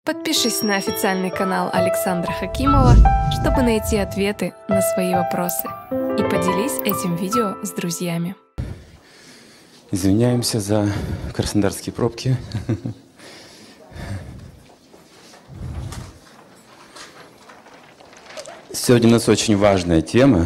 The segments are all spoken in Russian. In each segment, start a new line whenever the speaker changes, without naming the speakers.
Подпишись на официальный канал Александра Хакимова, чтобы найти ответы на свои вопросы. И поделись этим видео с друзьями.
Извиняемся за краснодарские пробки. Сегодня у нас очень важная тема.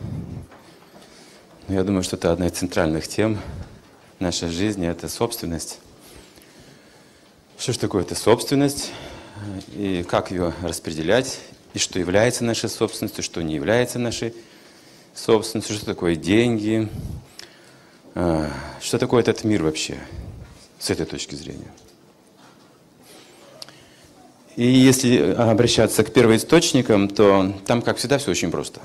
Я думаю, что это одна из центральных тем нашей жизни – это собственность. Что же такое эта собственность, и как ее распределять, и что является нашей собственностью, что не является нашей собственностью, что такое деньги, что такое этот мир вообще с этой точки зрения. И если обращаться к первоисточникам, то там, как всегда, все очень просто.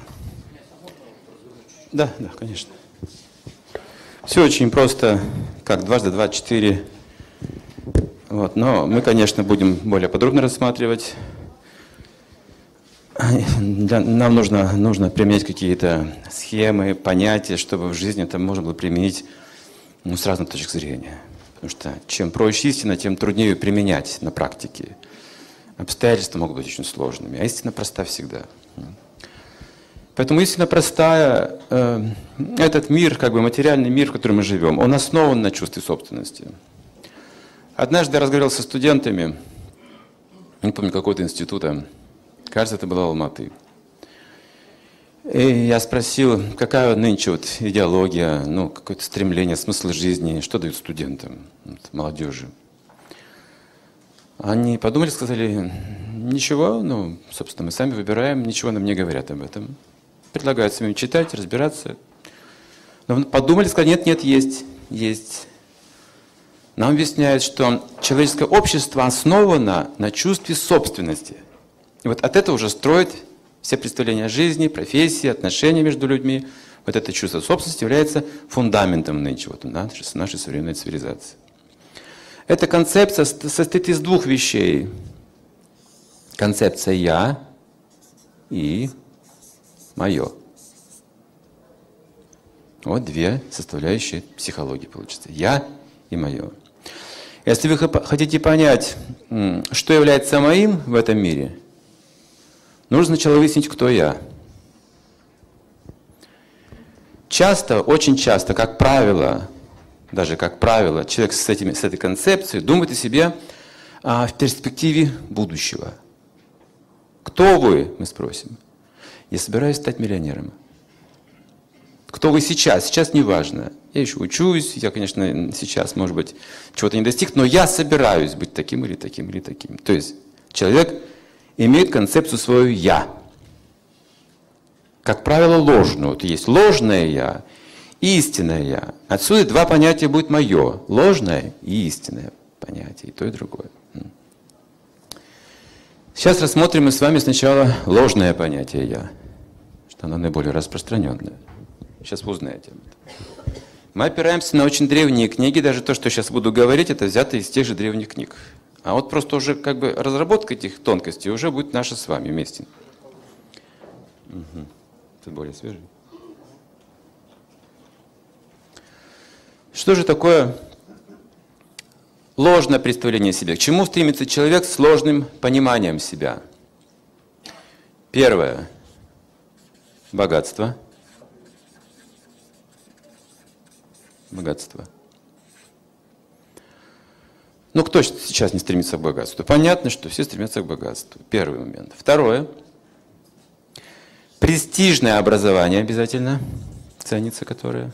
Да, конечно. Все очень просто, как дважды два, 4. Вот, но мы, конечно, будем более подробно рассматривать. Нам нужно применять какие-то схемы, понятия, чтобы в жизни это можно было применить с разных точек зрения. Потому что чем проще истина, тем труднее ее применять на практике. Обстоятельства могут быть очень сложными, а истина проста всегда. Поэтому истина простая. Этот мир, как бы материальный мир, в котором мы живем, он основан на чувстве собственности. Однажды я разговаривал со студентами, не помню, какого-то института, кажется, это было Алматы. И я спросил, какая нынче вот идеология, какое-то стремление, смысл жизни, что дают студентам, молодежи. Они подумали, сказали, ничего, собственно, мы сами выбираем, ничего нам не говорят об этом. Предлагают самим читать, разбираться. Но подумали, сказали, нет, есть. Нам объясняют, что человеческое общество основано на чувстве собственности. И вот от этого уже строит все представления о жизни, профессии, отношения между людьми. Вот это чувство собственности является фундаментом нынче нашей современной цивилизации. Эта концепция состоит из двух вещей. Концепция «я» и «моё». Вот две составляющие психологии получится. «Я» и «моё». Если вы хотите понять, что является моим в этом мире, нужно сначала выяснить, кто я. Очень часто, как правило, человек с этой концепцией думает о себе в перспективе будущего. Кто вы, мы спросим. Я собираюсь стать миллионером. Кто вы сейчас? Сейчас не важно. Я еще учусь, я, конечно, сейчас, может быть, чего-то не достиг, но я собираюсь быть таким или таким или таким. То есть человек имеет концепцию свою «я». Как правило, ложную. Вот есть ложное «я» и истинное «я». Отсюда два понятия будет «моё». Ложное и истинное понятие. И то, и другое. Сейчас рассмотрим мы с вами сначала ложное понятие «я», что оно наиболее распространенное. Сейчас вы узнаете об этом. Мы опираемся на очень древние книги, даже то, что сейчас буду говорить, это взято из тех же древних книг. А вот просто уже как бы разработка этих тонкостей уже будет наша с вами вместе. Тут более свежий. Что же такое ложное представление о себе? К чему стремится человек с ложным пониманием себя? Первое. Богатство. Богатство. Кто сейчас не стремится к богатству? Понятно, что все стремятся к богатству. Первый момент. Второе. Престижное образование обязательно ценится, которое.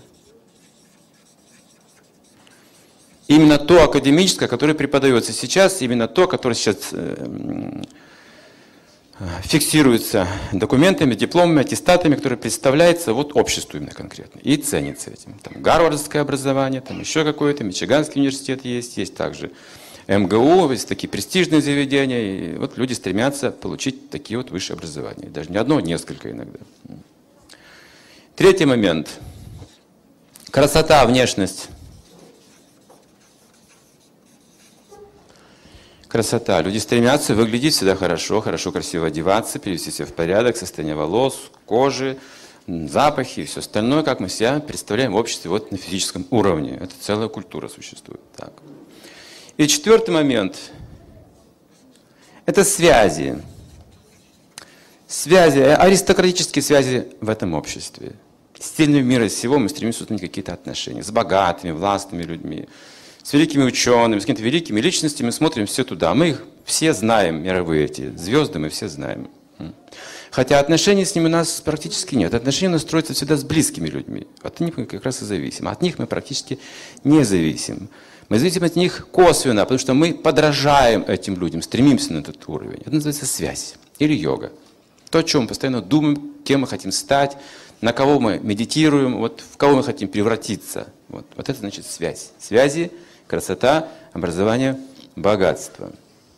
Именно то академическое, которое преподается сейчас, именно то, которое сейчас фиксируется документами, дипломами, аттестатами, которые представляются обществу именно конкретно. И ценится этим. Там гарвардское образование, там еще какое-то, Мичиганский университет есть также МГУ, есть такие престижные заведения. И люди стремятся получить такие высшие образования. Даже не одно, несколько иногда. Третий момент. Красота, внешность. Красота. Люди стремятся выглядеть всегда хорошо, красиво одеваться, привести себя в порядок, состояние волос, кожи, запахи и все остальное, как мы себя представляем в обществе на физическом уровне. Это целая культура существует. Так. И четвертый момент Это связи. Связи, аристократические связи в этом обществе. С сильными мира сего мы стремимся установить какие-то отношения. С богатыми, властными людьми, с великими учеными, с какими-то великими личностями. Смотрим все туда. Мы их все знаем, мировые эти звезды мы все знаем. Хотя отношений с ними у нас практически нет. Отношения у нас строятся всегда с близкими людьми. От них мы как раз и зависим. От них мы практически не зависим. Мы зависим от них косвенно, потому что мы подражаем этим людям, стремимся на этот уровень. Это называется связь или йога. То, о чем мы постоянно думаем, кем мы хотим стать, на кого мы медитируем, вот в кого мы хотим превратиться. Вот это значит связь. Связи, красота, образование, богатство.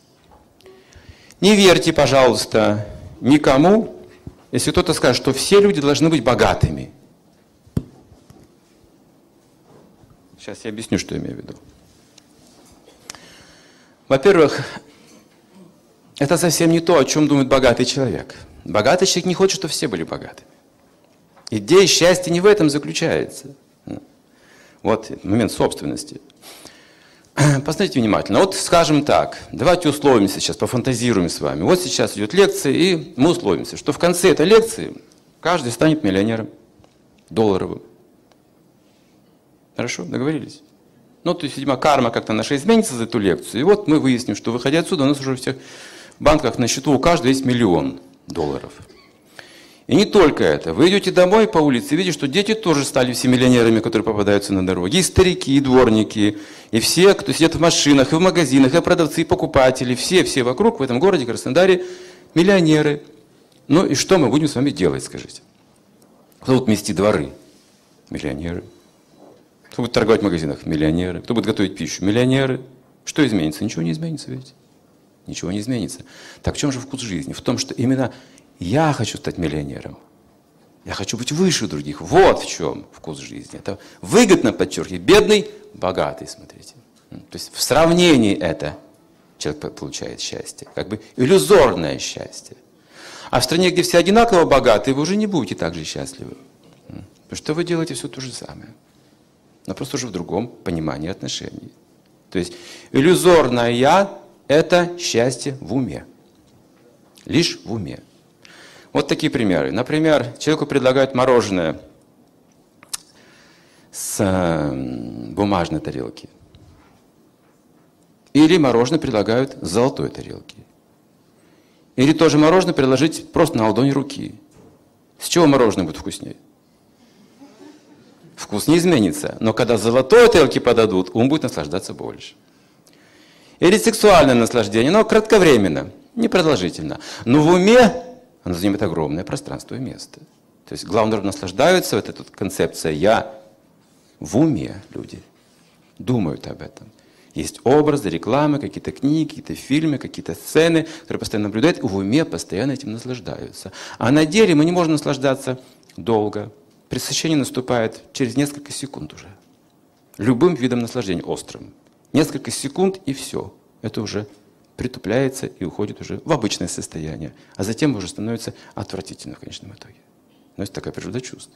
Не верьте, пожалуйста, никому, если кто-то скажет, что все люди должны быть богатыми. Сейчас я объясню, что я имею в виду. Во-первых, это совсем не то, о чем думает богатый человек. Богатый человек не хочет, чтобы все были богатыми. Идея счастья не в этом заключается. Вот момент собственности. Посмотрите внимательно. Вот скажем так, давайте условимся сейчас, пофантазируем с вами. Вот сейчас идет лекция, и мы условимся, что в конце этой лекции каждый станет миллионером долларовым. Хорошо, договорились? Ну, то есть, видимо, карма как-то наша изменится за эту лекцию. И вот мы выясним, что, выходя отсюда, у нас уже в всех банках на счету у каждого есть $1 миллион. И не только это. Вы идете домой по улице и видите, что дети тоже стали все миллионерами, которые попадаются на дороге. И старики, и дворники, и все, кто сидят в машинах, и в магазинах, и продавцы, и покупатели. Все вокруг в этом городе Краснодаре миллионеры. Ну и что мы будем с вами делать, скажите? Кто будет мести дворы? Миллионеры. Кто будет торговать в магазинах? Миллионеры. Кто будет готовить пищу? Миллионеры. Что изменится? Ничего не изменится ведь. Ничего не изменится. Так в чем же вкус жизни? В том, что именно я хочу стать миллионером. Я хочу быть выше других. Вот в чем вкус жизни. Это выгодно, подчеркиваю. Бедный, богатый, смотрите. То есть в сравнении это человек получает счастье. Как бы иллюзорное счастье. А в стране, где все одинаково богатые, вы уже не будете так же счастливы. Потому что вы делаете все то же самое. Но просто уже в другом понимании отношений. То есть иллюзорное «я» – это счастье в уме. Лишь в уме. Вот такие примеры. Например, человеку предлагают мороженое с бумажной тарелки. Или мороженое предлагают с золотой тарелки. Или тоже мороженое предложить просто на ладони руки. С чего мороженое будет вкуснее? Вкус не изменится. Но когда золотой тарелки подадут, ум будет наслаждаться больше. Или сексуальное наслаждение, но кратковременно, непродолжительно. Но в уме оно занимает огромное пространство и место. То есть главное, наслаждаются, вот эта концепция «я» в уме люди думают об этом. Есть образы, рекламы, какие-то книги, какие-то фильмы, какие-то сцены, которые постоянно наблюдают, и в уме постоянно этим наслаждаются. А на деле мы не можем наслаждаться долго. Пресыщение наступает через несколько секунд уже. Любым видом наслаждения, острым. Несколько секунд и все. Это уже притупляется и уходит уже в обычное состояние. А затем уже становится отвратительно в конечном итоге. Но это такая природа чувств.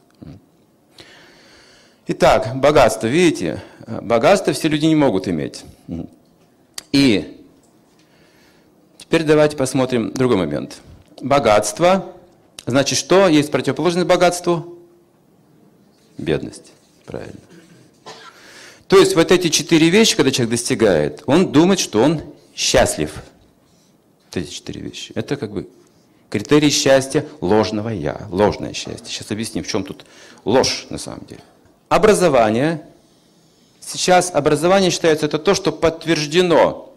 Итак, богатство. Видите, богатство все люди не могут иметь. И теперь давайте посмотрим другой момент. Богатство. Значит, что есть противоположность богатству? Бедность. Правильно. То есть вот эти 4 вещи, когда человек достигает, он думает, что он счастлив. Вот эти 4 вещи. Это как бы критерий счастья ложного «я». Ложное счастье. Сейчас объясним, в чем тут ложь на самом деле. Образование. Сейчас образование считается это то, что подтверждено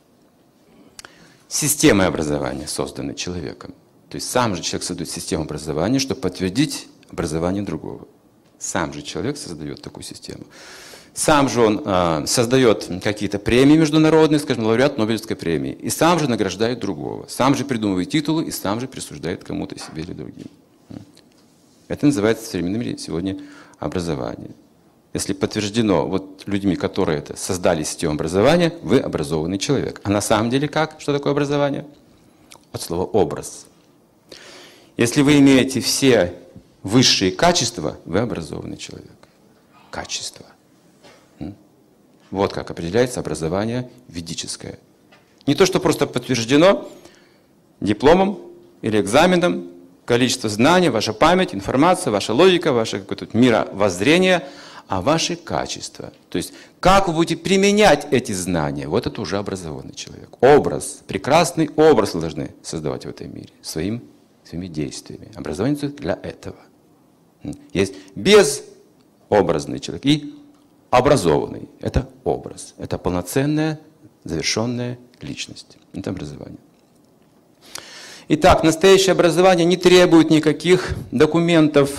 системой образования, созданной человеком. То есть сам же человек создает систему образования, чтобы подтвердить образование другого. Сам же человек создает такую систему. Сам же он создает какие-то премии международные, скажем, лауреат Нобелевской премии. И сам же награждает другого. Сам же придумывает титулы и сам же присуждает кому-то себе или другим. Это называется в современном мире сегодня образование. Если подтверждено вот людьми, которые это создали систему образования, вы образованный человек. А на самом деле как? Что такое образование? От слова «образ». Если вы имеете все высшие качества, вы образованный человек. Качество. Вот как определяется образование ведическое. Не то, что просто подтверждено, дипломом или экзаменом, количество знаний, ваша память, информация, ваша логика, ваше какое-то мировоззрение, а ваши качества. То есть, как вы будете применять эти знания, вот это уже образованный человек. Образ, прекрасный образ вы должны создавать в этом мире своими действиями. Образование для этого. Есть безобразный человек и образованный. Это образ. Это полноценная, завершенная личность. Это образование. Итак, настоящее образование не требует никаких документов,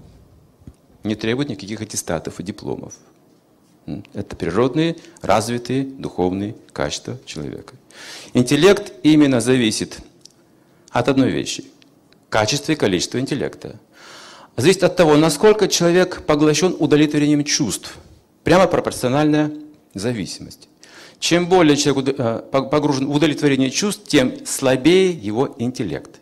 не требует никаких аттестатов и дипломов. Это природные, развитые духовные качества человека. Интеллект именно зависит от одной вещи – качества и количества интеллекта. Зависит от того, насколько человек поглощен удовлетворением чувств. Прямо пропорциональная зависимость. Чем более человек погружен в удовлетворение чувств, тем слабее его интеллект.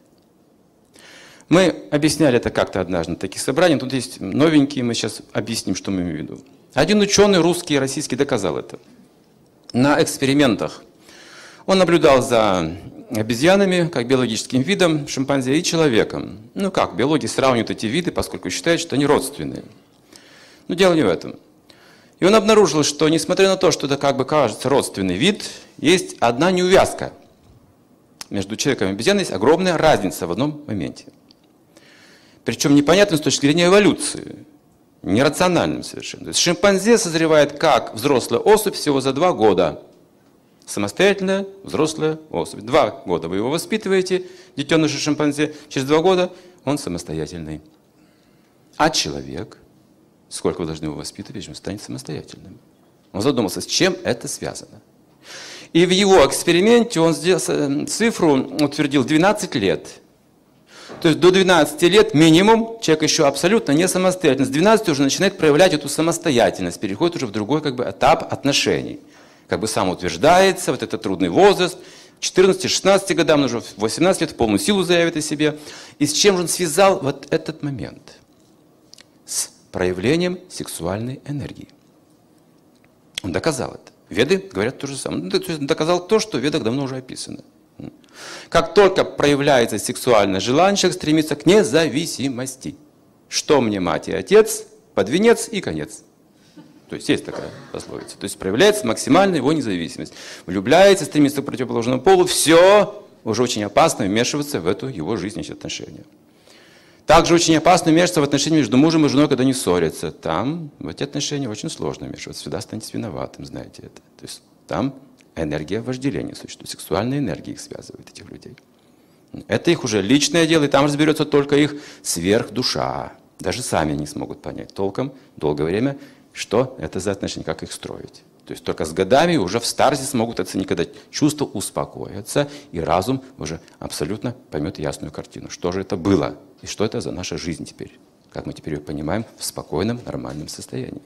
Мы объясняли это как-то однажды на таких собраниях. Тут есть новенькие, мы сейчас объясним, что мы имеем в виду. Один ученый, русский и российский, доказал это. На экспериментах он наблюдал за обезьянами, как биологическим видом, шимпанзе и человеком. Ну как, биологи сравнивают эти виды, поскольку считают, что они родственные. Но дело не в этом. И он обнаружил, что несмотря на то, что это как бы кажется родственный вид, есть одна неувязка. Между человеком и обезьяной есть огромная разница в одном моменте. Причем непонятно с точки зрения эволюции, нерациональным совершенно. То есть шимпанзе созревает как взрослая особь всего за 2 года. Самостоятельная взрослая особь. 2 года вы его воспитываете, детеныша шимпанзе, через 2 года он самостоятельный. А человек, сколько вы должны его воспитывать, он станет самостоятельным. Он задумался, с чем это связано. И в его эксперименте он цифру утвердил 12 лет. То есть до 12 лет минимум человек еще абсолютно не самостоятельный. С 12 уже начинает проявлять эту самостоятельность, переходит уже в другой как бы этап отношений. Как бы самоутверждается, вот этот трудный возраст, к 14-16 годам, он уже в 18 лет в полную силу заявит о себе. И с чем же он связал вот этот момент? С проявлением сексуальной энергии. Он доказал это. Веды говорят то же самое. Он доказал то, что в Ведах давно уже описано. Как только проявляется сексуальное желание, человек стремится к независимости. Что мне мать и отец, под венец и конец. То есть есть такая пословица. То есть проявляется максимальная его независимость. Влюбляется, стремится к противоположному полу, все, уже очень опасно вмешиваться в эту его жизнь и отношения. Также очень опасно вмешиваться в отношения между мужем и женой, когда они ссорятся. Там в эти отношения очень сложно вмешиваться. Всегда станете виноватым, знаете это. То есть там энергия вожделения существует. Сексуальная энергия их связывает, этих людей. Это их уже личное дело, и там разберется только их сверхдуша. Даже сами не смогут понять толком долгое время, что это за отношения, как их строить. То есть только с годами уже в старости смогут оценить, когда чувства успокоятся, и разум уже абсолютно поймет ясную картину. Что же это было? И что это за наша жизнь теперь? Как мы теперь ее понимаем в спокойном, нормальном состоянии.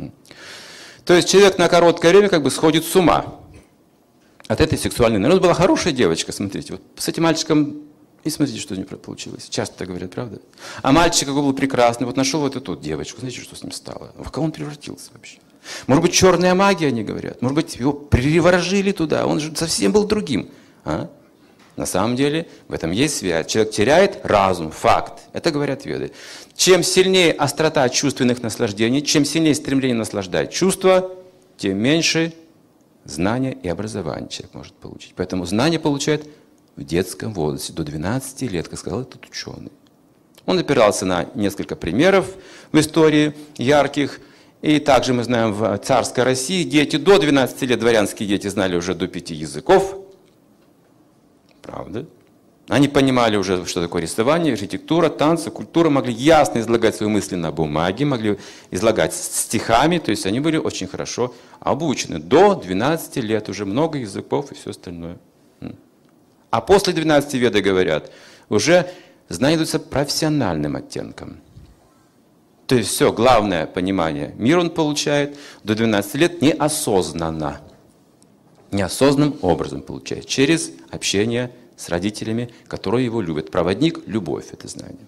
То есть человек на короткое время как бы сходит с ума от этой сексуальной энергии. Была хорошая девочка, смотрите, вот с этим мальчиком, и смотрите, что у него получилось. Часто так говорят, правда? А мальчик какой был прекрасный, вот нашел вот эту девочку, знаете, что с ним стало? В кого он превратился вообще? Может быть, черная магия, они говорят. Может быть, его приворожили туда, он же совсем был другим. А? На самом деле, в этом есть связь. Человек теряет разум, факт. Это говорят веды. Чем сильнее острота чувственных наслаждений, чем сильнее стремление наслаждать чувства, тем меньше знания и образования человек может получить. Поэтому знания получает в детском возрасте, до 12 лет, как сказал этот ученый. Он опирался на несколько примеров в истории ярких. И также мы знаем, в царской России дети до 12 лет, дворянские дети, знали уже до 5 языков. Правда? Они понимали уже, что такое рисование, архитектура, танцы, культура, могли ясно излагать свои мысли на бумаге, могли излагать стихами, то есть они были очень хорошо обучены. До 12 лет уже много языков и все остальное. А после 12 веды, говорят, уже знания идутся профессиональным оттенком. То есть все, главное понимание мир он получает до 12 лет неосознанно. Неосознанным образом получает. Через общение с родителями, которые его любят. Проводник – любовь, это знание.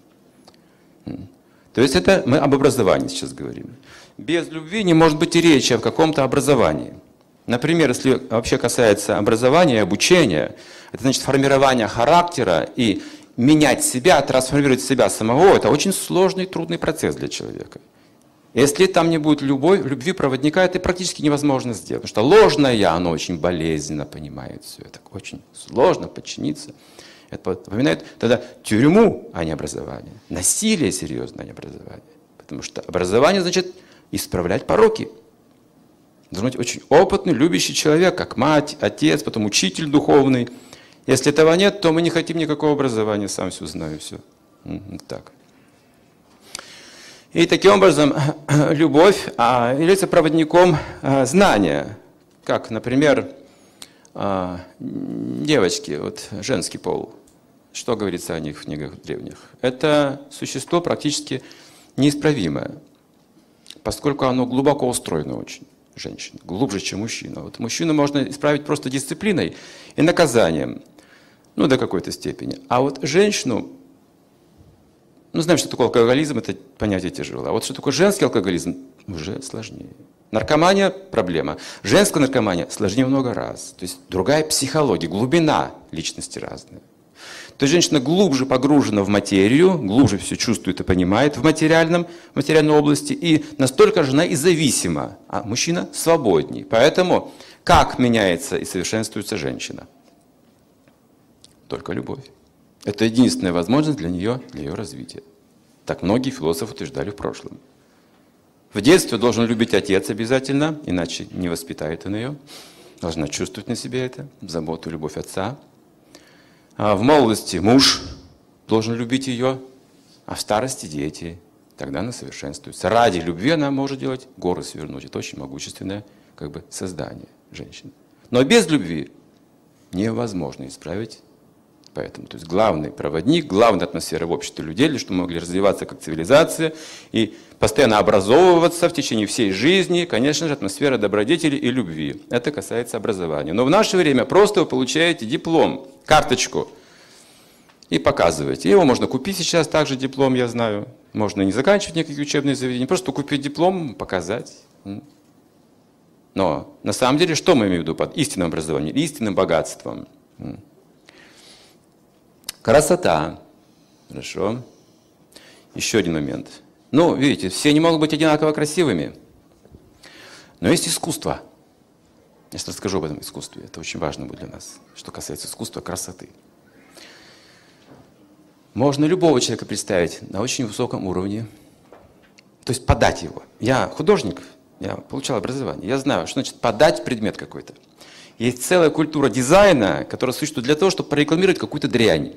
То есть это мы об образовании сейчас говорим. Без любви не может быть и речи о каком-то образовании. Например, если вообще касается образования и обучения, Это значит формирование характера и менять себя, трансформировать себя самого. Это очень сложный, трудный процесс для человека. Если там не будет любви проводника, это практически невозможно сделать. Потому что ложное «я», оно очень болезненно понимает все. Это очень сложно подчиниться. Это напоминает тогда тюрьму, а не образование. Насилие серьезное, а не образование. Потому что образование значит исправлять пороки. Должен быть очень опытный, любящий человек, как мать, отец, потом учитель духовный. Если этого нет, то мы не хотим никакого образования, сам все знаю, все. Так. И таким образом любовь является проводником знания. Как, например, девочки, вот женский пол. Что говорится о них в книгах древних? Это существо практически неисправимое, поскольку оно глубоко устроено очень, женщина, глубже, чем мужчина. Вот мужчину можно исправить просто дисциплиной и наказанием, ну, до какой-то степени. А вот женщину, ну, знаем, что такое алкоголизм, это понятие тяжело. А вот что такое женский алкоголизм, уже сложнее. Наркомания – проблема. Женская наркомания сложнее много раз. То есть другая психология, глубина личности разная. То есть женщина глубже погружена в материю, глубже все чувствует и понимает в материальной области, и настолько же она и зависима, а мужчина свободней. Поэтому как меняется и совершенствуется женщина? Только любовь. Это единственная возможность для ее развития. Так многие философы утверждали в прошлом. В детстве должен любить отец обязательно, иначе не воспитает он ее. Должна чувствовать на себе это, заботу, любовь отца. А в молодости муж должен любить ее, а в старости дети. Тогда она совершенствуется. Ради любви она может делать горы свернуть. Это очень могущественное создание женщины. Но без любви невозможно исправить. Поэтому, то есть главный проводник, главная атмосфера в обществе людей, для того, чтобы мы могли развиваться как цивилизация и постоянно образовываться в течение всей жизни, конечно же, атмосфера добродетели и любви. Это касается образования. Но в наше время просто вы получаете диплом, карточку и показываете. Его можно купить сейчас, также диплом, я знаю. Можно не заканчивать никакие учебные заведения, просто купить диплом, показать. Но на самом деле, что мы имеем в виду под истинным образованием, истинным богатством? Красота. Хорошо. Еще один момент. Ну, видите, все не могут быть одинаково красивыми. Но есть искусство. Я сейчас расскажу об этом искусстве. Это очень важно будет для нас, что касается искусства красоты. Можно любого человека представить на очень высоком уровне. То есть подать его. Я художник, я получал образование. Я знаю, что значит подать предмет какой-то. Есть целая культура дизайна, которая существует для того, чтобы прорекламировать какую-то дрянь.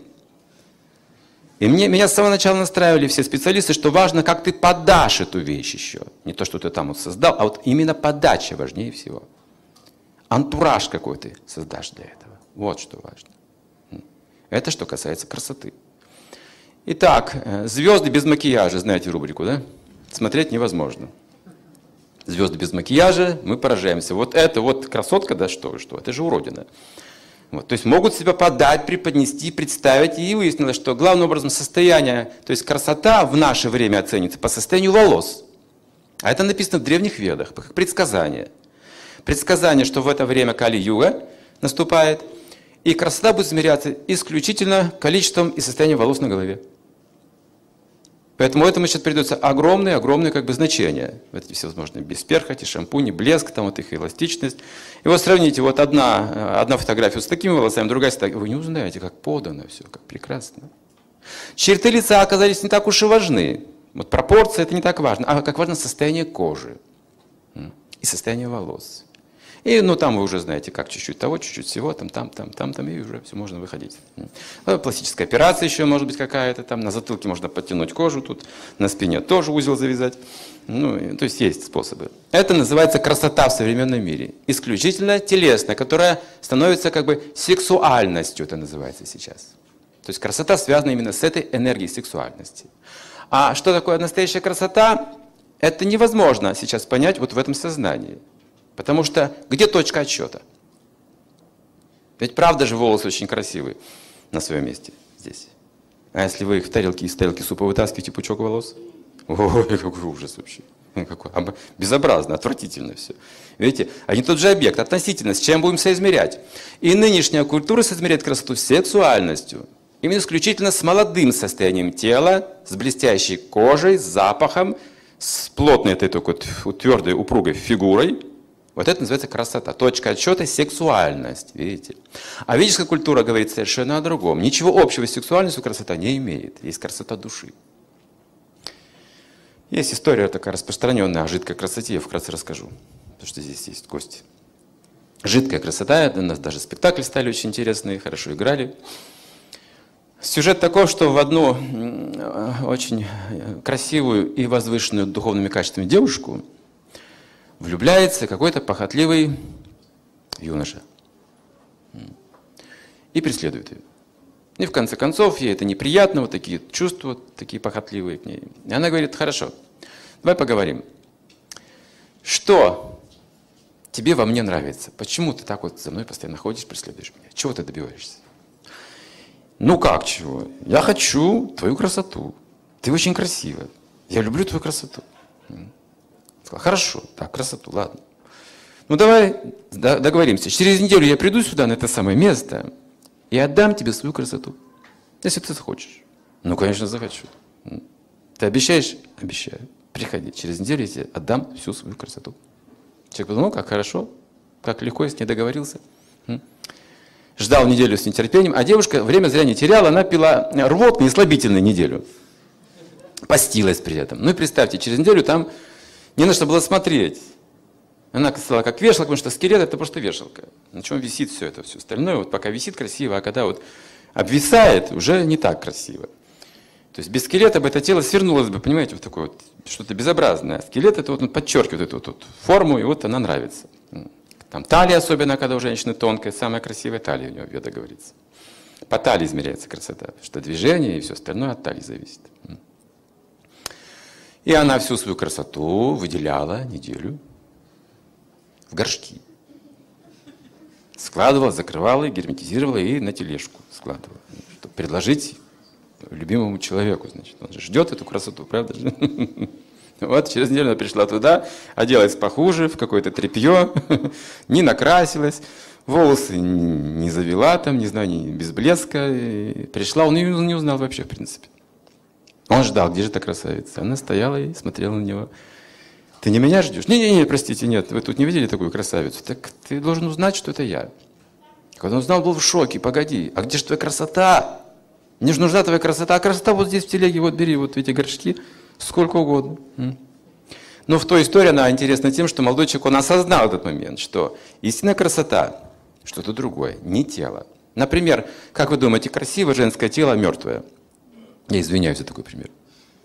И меня с самого начала настраивали все специалисты, что важно, как ты подашь эту вещь еще. Не то, что ты там вот создал, а вот именно подача важнее всего. Антураж какой ты создашь для этого. Вот что важно. Это что касается красоты. Итак, звезды без макияжа, знаете рубрику, да? Смотреть невозможно. Звезды без макияжа, мы поражаемся. Вот это вот красотка, да что, это же уродина. Вот, то есть могут себя подать, преподнести, представить. И выяснилось, что главным образом состояние, то есть красота в наше время оценится по состоянию волос. А это написано в древних ведах, как предсказание. Предсказание, что в это время Кали-юга наступает, и красота будет измеряться исключительно количеством и состоянием волос на голове. Поэтому этому сейчас придется огромное значение. Вот эти всевозможные бесперхоти, шампуни, блеск, там вот их эластичность. И вот сравните, вот одна фотография с такими волосами, другая с такими. Вы не узнаете, как подано все, как прекрасно. Черты лица оказались не так уж и важны. Вот пропорция это не так важно, а как важно состояние кожи и состояние волос. И там вы уже знаете, как чуть-чуть того, чуть-чуть всего, там, и уже все можно выходить. Пластическая операция еще может быть какая-то, там на затылке можно подтянуть кожу, тут на спине тоже узел завязать. То есть есть способы. Это называется красота в современном мире. Исключительно телесная, которая становится сексуальностью, это называется сейчас. То есть красота связана именно с этой энергией сексуальности. А что такое настоящая красота? Это невозможно сейчас понять вот в этом сознании. Потому что где точка отсчета? Ведь правда же волосы очень красивые на своем месте здесь. А если вы их из тарелки супа вытаскиваете пучок волос? Ой, какой ужас вообще. Безобразно, отвратительно все. Видите, один тот же объект, относительно, с чем будем соизмерять. И нынешняя культура соизмеряет красоту сексуальностью. Именно исключительно с молодым состоянием тела, с блестящей кожей, с запахом, с плотной этой такой твердой, упругой фигурой. Вот это называется красота. Точка отсчета – сексуальность. Видите? А ведическая культура говорит совершенно о другом. Ничего общего с сексуальностью красота не имеет. Есть красота души. Есть история такая распространенная о жидкой красоте, я вкратце расскажу, потому что здесь есть гости. Жидкая красота, у нас даже спектакли стали очень интересные, хорошо играли. Сюжет такой, что в одну очень красивую и возвышенную духовными качествами девушку влюбляется какой-то похотливый юноша и преследует ее. И в конце концов, ей это неприятно, вот такие чувства, такие похотливые к ней. И она говорит: хорошо, давай поговорим. Что тебе во мне нравится? Почему ты так вот за мной постоянно ходишь, преследуешь меня? Чего ты добиваешься? Ну как чего? Я хочу твою красоту. Ты очень красивая. Я люблю твою красоту. Сказала: хорошо, так, красоту, ладно. Ну давай договоримся. Через неделю я приду сюда, на это самое место, и отдам тебе свою красоту, если ты захочешь. Ну, конечно, захочу. Ты обещаешь? Обещаю. Приходи. Через неделю я тебе отдам всю свою красоту. Человек подумал: как хорошо, как легко я с ней договорился. Ждал неделю с нетерпением, а девушка время зря не теряла, она пила рвотный и слабительный неделю. Постилась при этом. Ну и представьте, через неделю там не на что было смотреть. Она стала как вешалка, потому что скелет — это просто вешалка. На чем висит все это, все остальное. Вот пока висит красиво, а когда вот обвисает, уже не так красиво. То есть без скелета бы это тело свернулось бы, понимаете, вот такое вот что-то безобразное. Скелет — это вот он подчеркивает эту вот форму, и вот она нравится. Там талия, особенно когда у женщины тонкая, самая красивая талия у нее, в ведах говорится. По талии измеряется красота, потому что движение и все остальное от талии зависит. И она всю свою красоту выделяла неделю в горшки. Складывала, закрывала, герметизировала и на тележку складывала, чтобы предложить любимому человеку. Значит, он же ждет эту красоту, правда же? Вот через неделю она пришла туда, оделась похуже, в какое-то тряпье, не накрасилась, волосы не завела там, не знаю, без блеска. И пришла, он ее не узнал вообще, в принципе. Он ждал, где же эта красавица. Она стояла и смотрела на него. Ты не меня ждешь? Не, простите, нет, вы тут не видели такую красавицу? Так ты должен узнать, что это я. Когда он узнал, был в шоке. Погоди, а где же твоя красота? Мне же нужна твоя красота. А красота вот здесь в телеге, вот бери вот эти горшки, сколько угодно. Но в той истории она интересна тем, что молодой человек, он осознал этот момент, что истинная красота – что-то другое, не тело. Например, как вы думаете, красивое женское тело мертвое? Я извиняюсь за такой пример.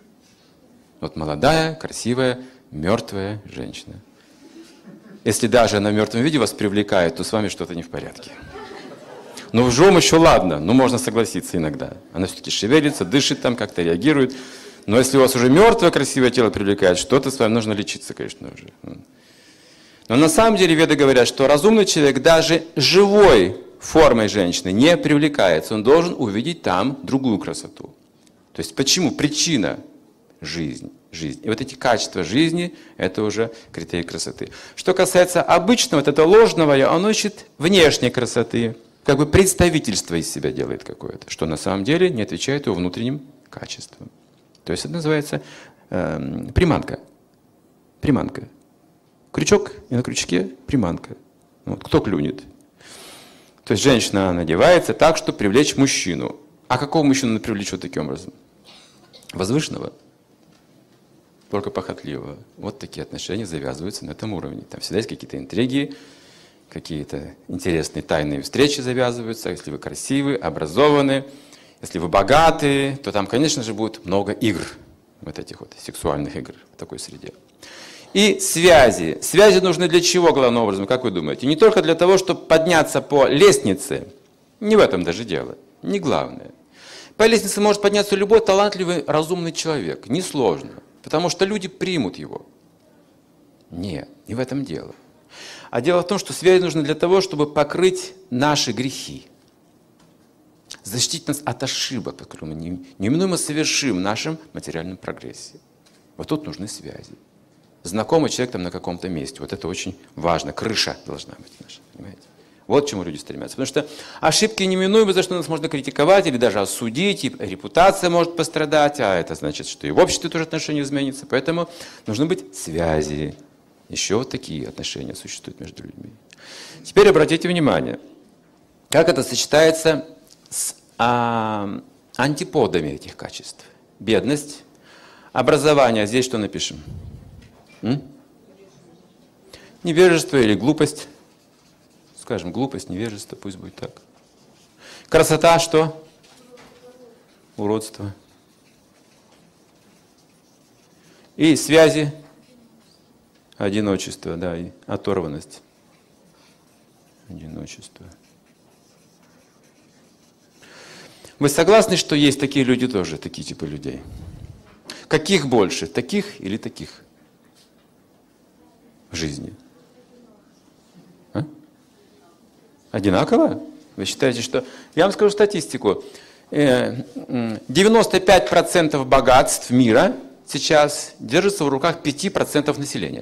Вот молодая, красивая, мертвая женщина. Если даже она в мертвом виде вас привлекает, то с вами что-то не в порядке. Но в живом еще ладно, но можно согласиться иногда. Она все-таки шевелится, дышит там, как-то реагирует. Но если у вас уже мертвое красивое тело привлекает, что-то с вами нужно лечиться, конечно, уже. Но на самом деле веды говорят, что разумный человек даже живой формой женщины не привлекается. Он должен увидеть там другую красоту. То есть почему? Причина – жизнь. И вот эти качества жизни – это уже критерий красоты. Что касается обычного, вот этого ложного, он ищет внешней красоты, как бы представительство из себя делает какое-то, что на самом деле не отвечает его внутренним качествам. То есть это называется приманка. Приманка. Крючок, и на крючке приманка. Вот, кто клюнет? То есть женщина надевается так, чтобы привлечь мужчину. А какого мужчину она привлечет таким образом? Возвышенного? Только похотливого. Вот такие отношения завязываются на этом уровне. Там всегда есть какие-то интриги, какие-то интересные тайные встречи завязываются. Если вы красивы, образованы, если вы богаты, то там, конечно же, будет много игр, вот этих вот сексуальных игр в такой среде. И связи. Связи нужны для чего, главным образом, как вы думаете? Не только для того, чтобы подняться по лестнице. Не в этом даже дело. Не главное. По лестнице может подняться любой талантливый, разумный человек. Несложно. Потому что люди примут его. Нет, не в этом дело. А дело в том, что связи нужны для того, чтобы покрыть наши грехи. Защитить нас от ошибок, которые мы неминуемо совершим в нашем материальном прогрессе. Вот тут нужны связи. знакомый человек там на каком-то месте. Вот это очень важно. Крыша должна быть наша, понимаете? Вот к чему люди стремятся. Потому что ошибки неминуемы, за что нас можно критиковать или даже осудить, и репутация может пострадать, а это значит, что и в обществе тоже отношения изменятся. Поэтому нужны быть связи. Еще вот такие отношения существуют между людьми. Теперь обратите внимание, как это сочетается с антиподами этих качеств. Бедность, образование. Здесь что напишем? Невежество или глупость. Скажем, глупость, невежество, пусть будет так. Красота что? Уродство. И связи, одиночество, да, и оторванность. Одиночество. Вы согласны, что есть такие люди тоже, такие типы людей? Каких больше, таких или таких в жизни? А? Одинаково? Вы считаете, что... Я вам скажу статистику. 95% богатств мира сейчас держатся в руках 5% населения.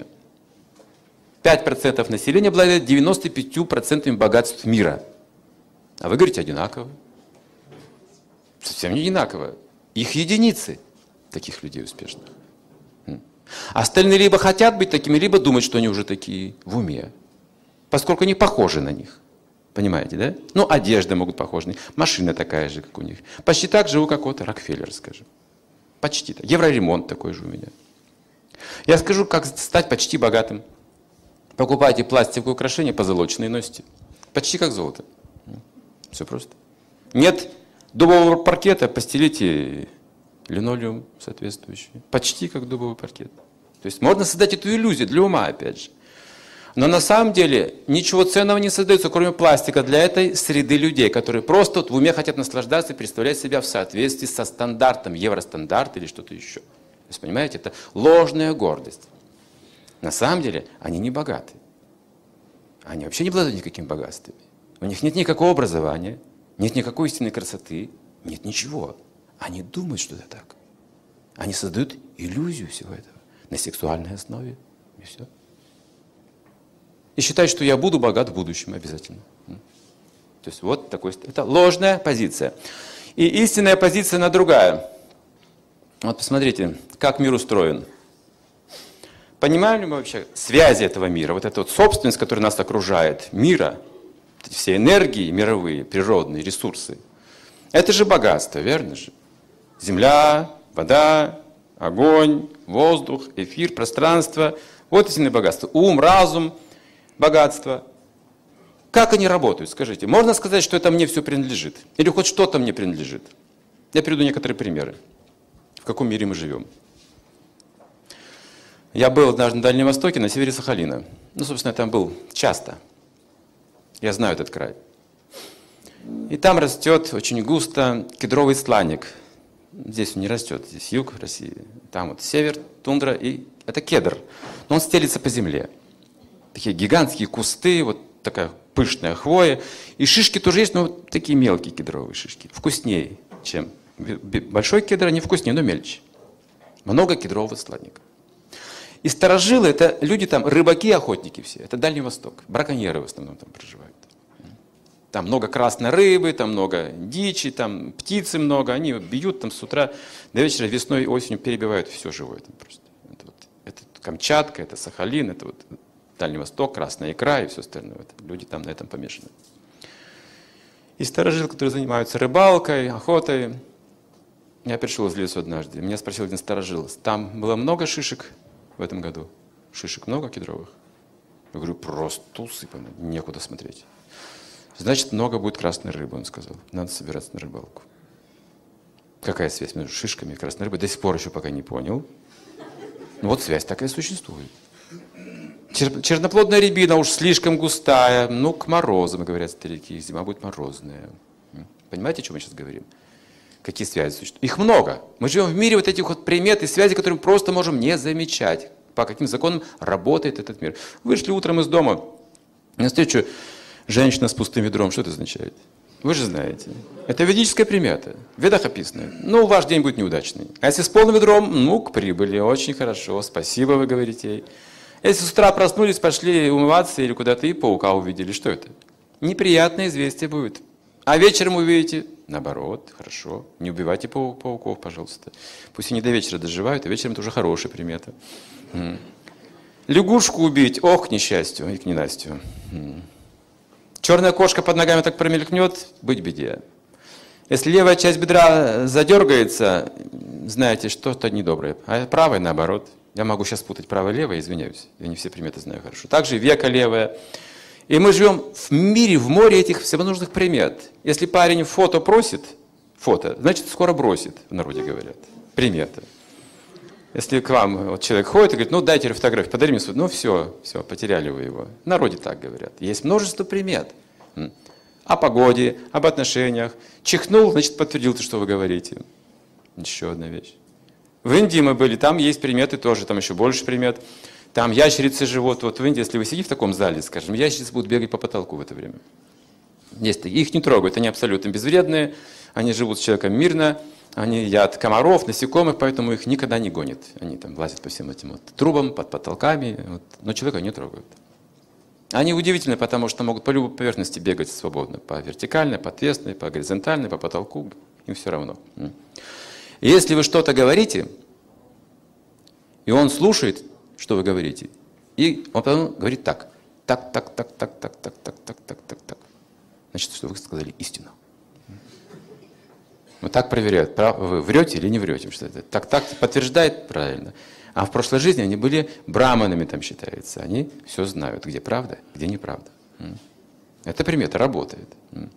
5% населения обладает 95% богатств мира. А вы говорите одинаково. Совсем не одинаково. Их единицы таких людей успешных. Остальные либо хотят быть такими, либо думают, что они уже такие в уме. Поскольку они похожи на них. Понимаете, да? Ну, одежда могут похожа. Машина такая же, как у них. Почти так живу, как вот Рокфеллер, скажем. Почти так. Евроремонт такой же у меня. Я скажу, как стать почти богатым. Покупайте пластиковые украшения, позолоченные носите. Почти как золото. Все просто. Нет дубового паркета, постелите линолеум соответствующий. Почти как дубовый паркет. То есть можно создать эту иллюзию для ума, опять же. Но на самом деле ничего ценного не создается, кроме пластика, для этой среды людей, которые просто вот в уме хотят наслаждаться и представлять себя в соответствии со стандартом, евростандарт или что-то еще. То есть, понимаете, это ложная гордость. На самом деле они не богаты. Они вообще не обладают никаким богатством. У них нет никакого образования, нет никакой истинной красоты, нет ничего. Они думают, что это так. Они создают иллюзию всего этого на сексуальной основе. И все. И считают, что я буду богат в будущем обязательно. То есть вот такой, это ложная позиция. И истинная позиция, она другая. Вот посмотрите, как мир устроен. Понимаем ли мы вообще связи этого мира? Вот эта вот собственность, которая нас окружает, мира, все энергии мировые, природные ресурсы. Это же богатство, верно же? Земля, вода, огонь, воздух, эфир, пространство. Вот истинное богатство. Ум, разум, богатство. Как они работают, скажите? Можно сказать, что это мне все принадлежит? Или хоть что-то мне принадлежит? Я приведу некоторые примеры. В каком мире мы живем? Я был однажды на Дальнем Востоке, на севере Сахалина. Ну, собственно, я там был часто. Я знаю этот край. И там растет очень густо кедровый стланник. Здесь он не растет, здесь юг России. Там вот север, тундра, и это кедр. Но он стелится по земле. Такие гигантские кусты, вот такая пышная хвоя. И шишки тоже есть, но вот такие мелкие кедровые шишки. Вкуснее, чем большой кедр, они вкуснее, но мельче. Много кедрового стланника. И старожилы, это люди там, рыбаки, охотники все. Это Дальний Восток. Браконьеры в основном там проживают. Там много красной рыбы, там много дичи, там птицы много. Они бьют там с утра до вечера, весной и осенью перебивают все живое. Там просто. Это Камчатка, это Сахалин, это вот Дальний Восток, красная икра и все остальное. Вот люди там на этом помешаны. И старожилы, которые занимаются рыбалкой, охотой. Я пришел из лесу однажды. Меня спросил один старожил, там было много шишек в этом году? Шишек много кедровых? Я говорю, просто усыпано, некуда смотреть. Значит, много будет красной рыбы, он сказал. Надо собираться на рыбалку. Какая связь между шишками и красной рыбой? До сих пор еще пока не понял. Но вот связь такая существует. Черноплодная рябина уж слишком густая. Ну, к морозам, говорят старики. Зима будет морозная. Понимаете, о чем мы сейчас говорим? Какие связи существуют? Их много. Мы живем в мире вот этих вот примет и связей, которые мы просто можем не замечать. По каким законам работает этот мир. Вышли утром из дома. Навстречу женщина с пустым ведром. Что это означает? Вы же знаете. Это ведическая примета. В ведах описано. Ну, ваш день будет неудачный. А если с полным ведром, ну, к прибыли, очень хорошо, спасибо, вы говорите ей. Если с утра проснулись, пошли умываться или куда-то и паука увидели, что это? Неприятное известие будет. А вечером увидите, наоборот, хорошо. Не убивайте пауков, пожалуйста. Пусть они до вечера доживают, а вечером это уже хорошая примета. Лягушку убить, ох, к несчастью и к ненастью. Черная кошка под ногами так промелькнет, быть беде. Если левая часть бедра задергается, знаете, что-то недоброе. А правая наоборот. Я могу сейчас путать правое и левое, извиняюсь. Я не все приметы знаю хорошо. Также века левая. И мы живем в мире, в море этих всевозможных примет. Если парень фото просит, значит скоро бросит, в народе говорят. Примета. Если к вам вот человек ходит и говорит, ну дайте фотографию, подари мне свой, ну все, потеряли вы его. В народе так говорят. Есть множество примет. О погоде, об отношениях. Чихнул, значит подтвердил то, что вы говорите. Еще одна вещь. В Индии мы были, там есть приметы тоже, там еще больше примет. Там ящерицы живут. Вот в Индии, если вы сидите в таком зале, скажем, ящерицы будут бегать по потолку в это время. Их не трогают, они абсолютно безвредные, они живут с человеком мирно, они едят комаров, насекомых, поэтому их никогда не гонят. Они там лазят по всем этим вот трубам, под потолками, но человека не трогают. Они удивительны, потому что могут по любой поверхности бегать свободно, по вертикальной, по отвесной, по горизонтальной, по потолку, им все равно. И если вы что-то говорите, и он слушает, что вы говорите, и он потом говорит так. Значит, что вы сказали истину. Вот так проверяют, вы врете или не врете. Что это. Так подтверждает правильно. А в прошлой жизни они были браманами, там считается. Они все знают, где правда, где неправда. Эта примета работает.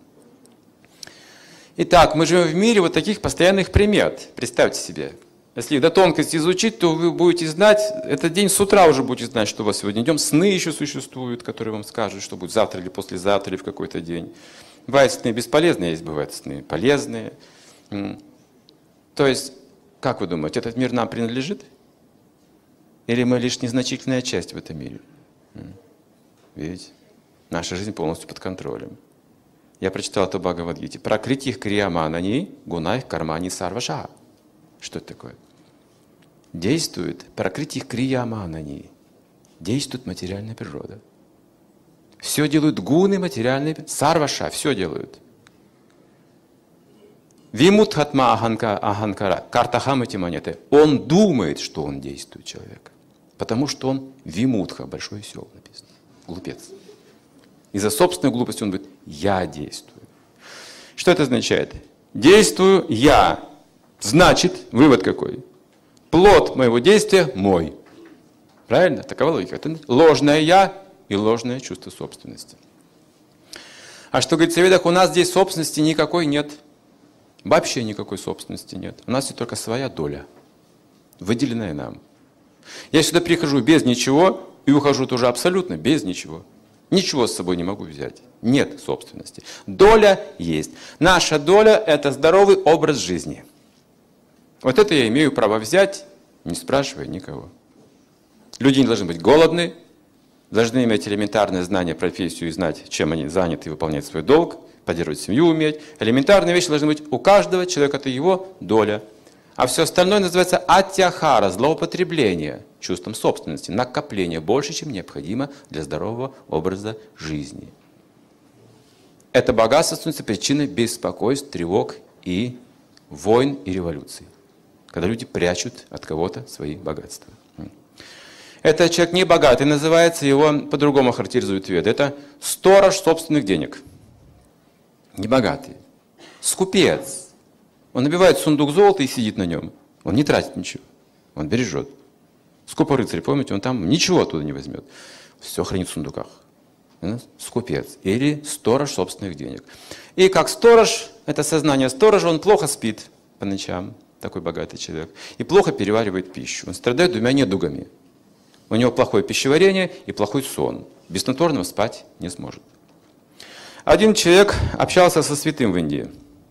Итак, мы живем в мире вот таких постоянных примет. Представьте себе. Если их до тонкости изучить, то вы будете знать, этот день с утра уже будете знать, что у вас сегодня днем. Сны еще существуют, которые вам скажут, что будет завтра или послезавтра, или в какой-то день. Бывают сны бесполезные, есть бывают сны полезные. То есть, как вы думаете, этот мир нам принадлежит? Или мы лишь незначительная часть в этом мире? Видите? Наша жизнь полностью под контролем. Я прочитал это в Бхагавад-гите. Пракритих крияманани гунайх кармани сарваша. Что это такое? Действует пракритих крияманани. Действует материальная природа. Все делают гуны материальные, сарваша, все делают. Вимутхатма аханкара, картахамати монеты. Он думает, что он действует, человек. Потому что он вимутха, большой осел написано. Глупец. Из-за собственной глупости он говорит, я действую. Что это означает? Действую я. Значит, вывод какой? Плод моего действия мой. Правильно? Такова логика. Это ложное я и ложное чувство собственности. А что говорится в ведах, у нас здесь собственности никакой нет. Вообще никакой собственности нет. У нас есть только своя доля, выделенная нам. Я сюда прихожу без ничего и ухожу тоже абсолютно без ничего. Ничего с собой не могу взять. Нет собственности. Доля есть. Наша доля – это здоровый образ жизни. Вот это я имею право взять, не спрашивая никого. Люди не должны быть голодны, должны иметь элементарное знание, профессию и знать, чем они заняты, и выполнять свой долг, поддерживать семью уметь. Элементарные вещи должны быть у каждого человека, это его доля. А все остальное называется атьяхара, злоупотребление чувством собственности, накопление больше, чем необходимо для здорового образа жизни. Это богатство становится причиной беспокойств, тревог и войн и революций, когда люди прячут от кого-то свои богатства. Этот человек не богатый, называется, его по-другому характеризуют веды. Это сторож собственных денег. Не богатый. Скупец. Он набивает сундук золота и сидит на нем. Он не тратит ничего. Он бережет. Скупой рыцарь, помните, он там ничего оттуда не возьмет. Все хранит в сундуках. Скупец. Или сторож собственных денег. И как сторож, это сознание сторожа, он плохо спит по ночам. Такой богатый человек. И плохо переваривает пищу. Он страдает двумя недугами. У него плохое пищеварение и плохой сон. Без снотворного спать не сможет. Один человек общался со святым в Индии.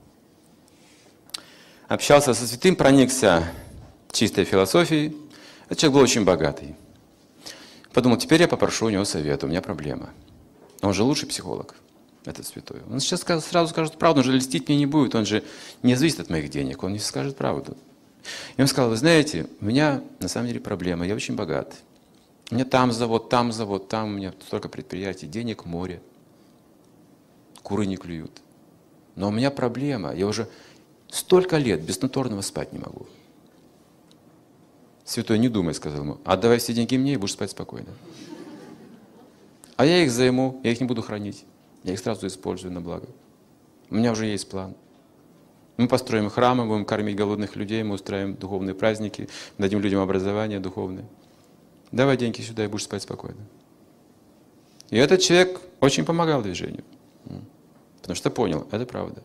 Общался со святым, проникся чистой философией. Этот человек был очень богатый. Подумал, теперь я попрошу у него совета, у меня проблема. Он же лучший психолог. этот святой. Он сейчас сразу скажет правду, он же льстить мне не будет, он же не зависит от моих денег, он не скажет правду. И он сказал: вы знаете, у меня на самом деле проблема, я очень богат. У меня там завод, там у меня столько предприятий, денег море, куры не клюют. Но у меня проблема, я уже столько лет без снотворного спать не могу. Святой: не думай, сказал ему, отдавай все деньги мне и будешь спать спокойно. А я их займу, я их не буду хранить, я их сразу использую на благо. У меня уже есть план. Мы построим храмы, будем кормить голодных людей, мы устраиваем духовные праздники, дадим людям образование духовное. Давай деньги сюда и будешь спать спокойно. И этот человек очень помогал движению, потому что понял, это правда.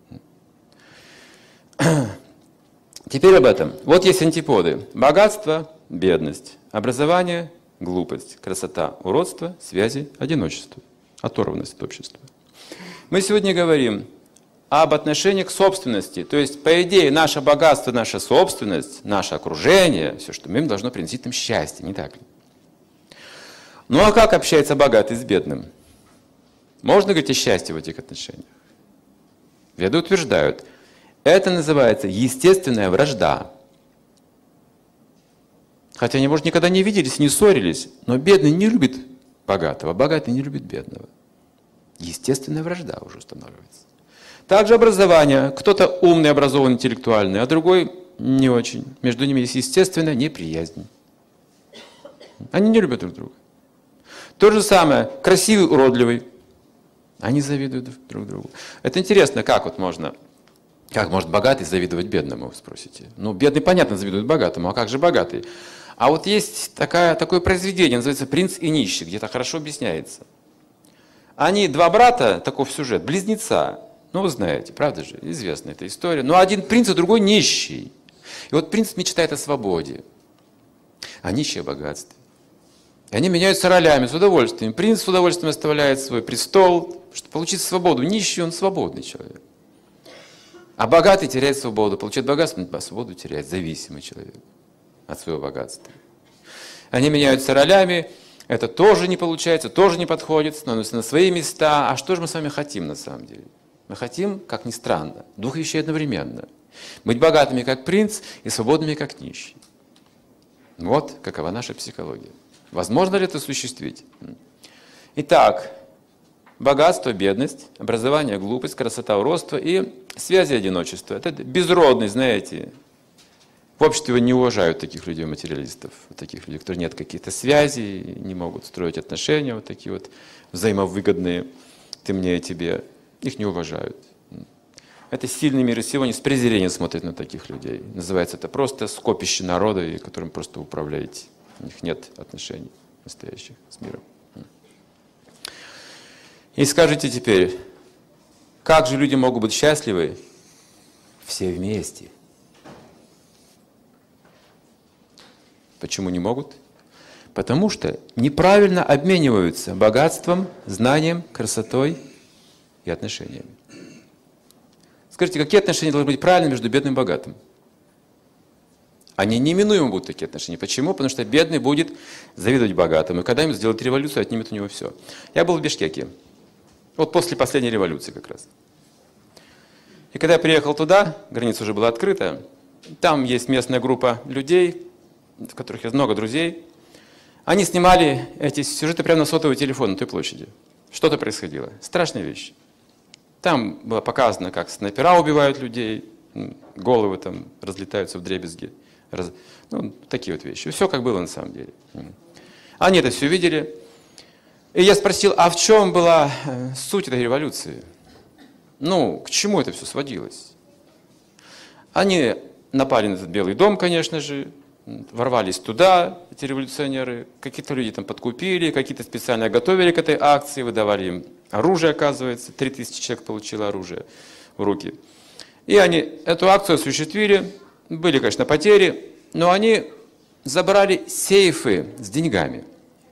Теперь об этом. Вот есть антиподы. Богатство, бедность, образование, глупость, красота, уродство, связи, одиночество, оторванность от общества. Мы сегодня говорим об отношении к собственности. То есть, по идее, наше богатство, наша собственность, наше окружение, все, что мы им, должно принести нам счастье, не так ли? Ну а как общается богатый с бедным? Можно говорить о счастье в этих отношениях? Веды утверждают, это называется естественная вражда. Хотя они, может, никогда не виделись, не ссорились, но бедный не любит богатого, богатый не любит бедного. Естественная вражда уже устанавливается. Также образование. Кто-то умный, образованный, интеллектуальный, а другой не очень. Между ними есть естественная неприязнь. Они не любят друг друга. То же самое, красивый, уродливый. Они завидуют друг другу. Это интересно, как может богатый завидовать бедному, вы спросите. Ну, бедный, понятно, завидует богатому, а как же богатый? А вот есть такое произведение, называется «Принц и нищий», где это хорошо объясняется. Они два брата, таков сюжет, близнеца. Ну, вы знаете, правда же, известна эта история. Но один принц, а другой нищий. И вот принц мечтает о свободе, а нищий о богатстве. И они меняются ролями с удовольствием. Принц с удовольствием оставляет свой престол, чтобы получить свободу. Нищий, он свободный человек. А богатый теряет свободу, получает богатство, а свободу теряет зависимый человек от своего богатства. Они меняются ролями, это тоже не получается, тоже не подходит, становятся на свои места. А что же мы с вами хотим на самом деле? Мы хотим, как ни странно, двух вещей одновременно. Быть богатыми, как принц, и свободными, как нищий. Вот какова наша психология. Возможно ли это осуществить? Итак, богатство, бедность, образование, глупость, красота, уродство и связи, одиночество. Это безродный, знаете. В обществе не уважают таких людей, материалистов, таких людей, которые нет каких-то связей, не могут строить отношения, вот такие вот взаимовыгодные, ты мне, я тебе. Их не уважают. Это сильный мир, и сегодня с презрением смотрят на таких людей. Называется это просто скопище народа, которым просто управляете. У них нет отношений настоящих с миром. И скажите теперь, как же люди могут быть счастливы все вместе? Почему не могут? Потому что неправильно обмениваются богатством, знанием, красотой и отношениями. Скажите, какие отношения должны быть правильны между бедным и богатым? Они неминуемо будут такие отношения. Почему? Потому что бедный будет завидовать богатому. И когда им сделают революцию, отнимет у него все. Я был в Бишкеке. Вот после последней революции как раз. И когда я приехал туда, граница уже была открыта, там есть местная группа людей, в которых есть много друзей. Они снимали эти сюжеты прямо на сотовый телефон на той площади. Что-то происходило. Страшные вещи. Там было показано, как снайпера убивают людей, головы там разлетаются вдребезги. Ну, такие вот вещи. Все как было на самом деле. Они это все видели. И я спросил, а в чем была суть этой революции? Ну, к чему это все сводилось? Они напали на этот Белый дом, конечно же, ворвались туда, эти революционеры. Какие-то люди там подкупили, какие-то специально готовили к этой акции, выдавали им оружие, оказывается. 3000 человек получило оружие в руки. И они эту акцию осуществили. Были, конечно, потери, но они забрали сейфы с деньгами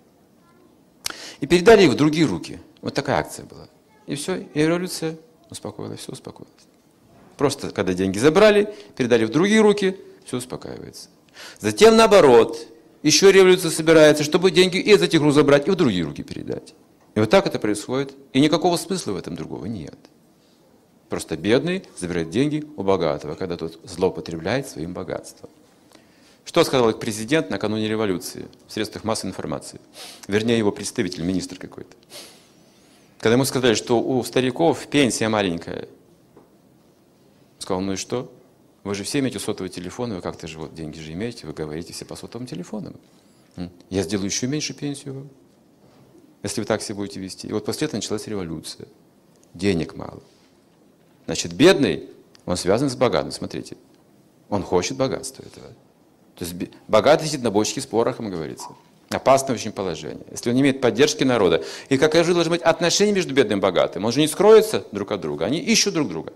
и передали их в другие руки. Вот такая акция была. И все, и революция успокоилась, все успокоилось. Просто, когда деньги забрали, передали в другие руки, все успокаивается. Затем, наоборот, еще революция собирается, чтобы деньги из этих рук забрать и в другие руки передать. И вот так это происходит. И никакого смысла в этом другого нет. Просто бедный забирает деньги у богатого, когда тот злоупотребляет своим богатством. Что сказал их президент накануне революции в средствах массовой информации? Вернее, его представитель, министр какой-то. Когда ему сказали, что у стариков пенсия маленькая. Он сказал, ну и что? Вы же все имеете сотовые телефоны, вы как-то же вот деньги же имеете, вы говорите все по сотовым телефонам. Я сделаю еще меньше пенсию, если вы так себя будете вести. И вот после этого началась революция. Денег мало. Значит, бедный, он связан с богатым. Смотрите, он хочет богатства этого. То есть богатый сидит на бочке с порохом, говорится. Опасное очень положение. Если он не имеет поддержки народа. И какое же должно быть отношение между бедным и богатым? Он же не скроется друг от друга. Они ищут друг друга.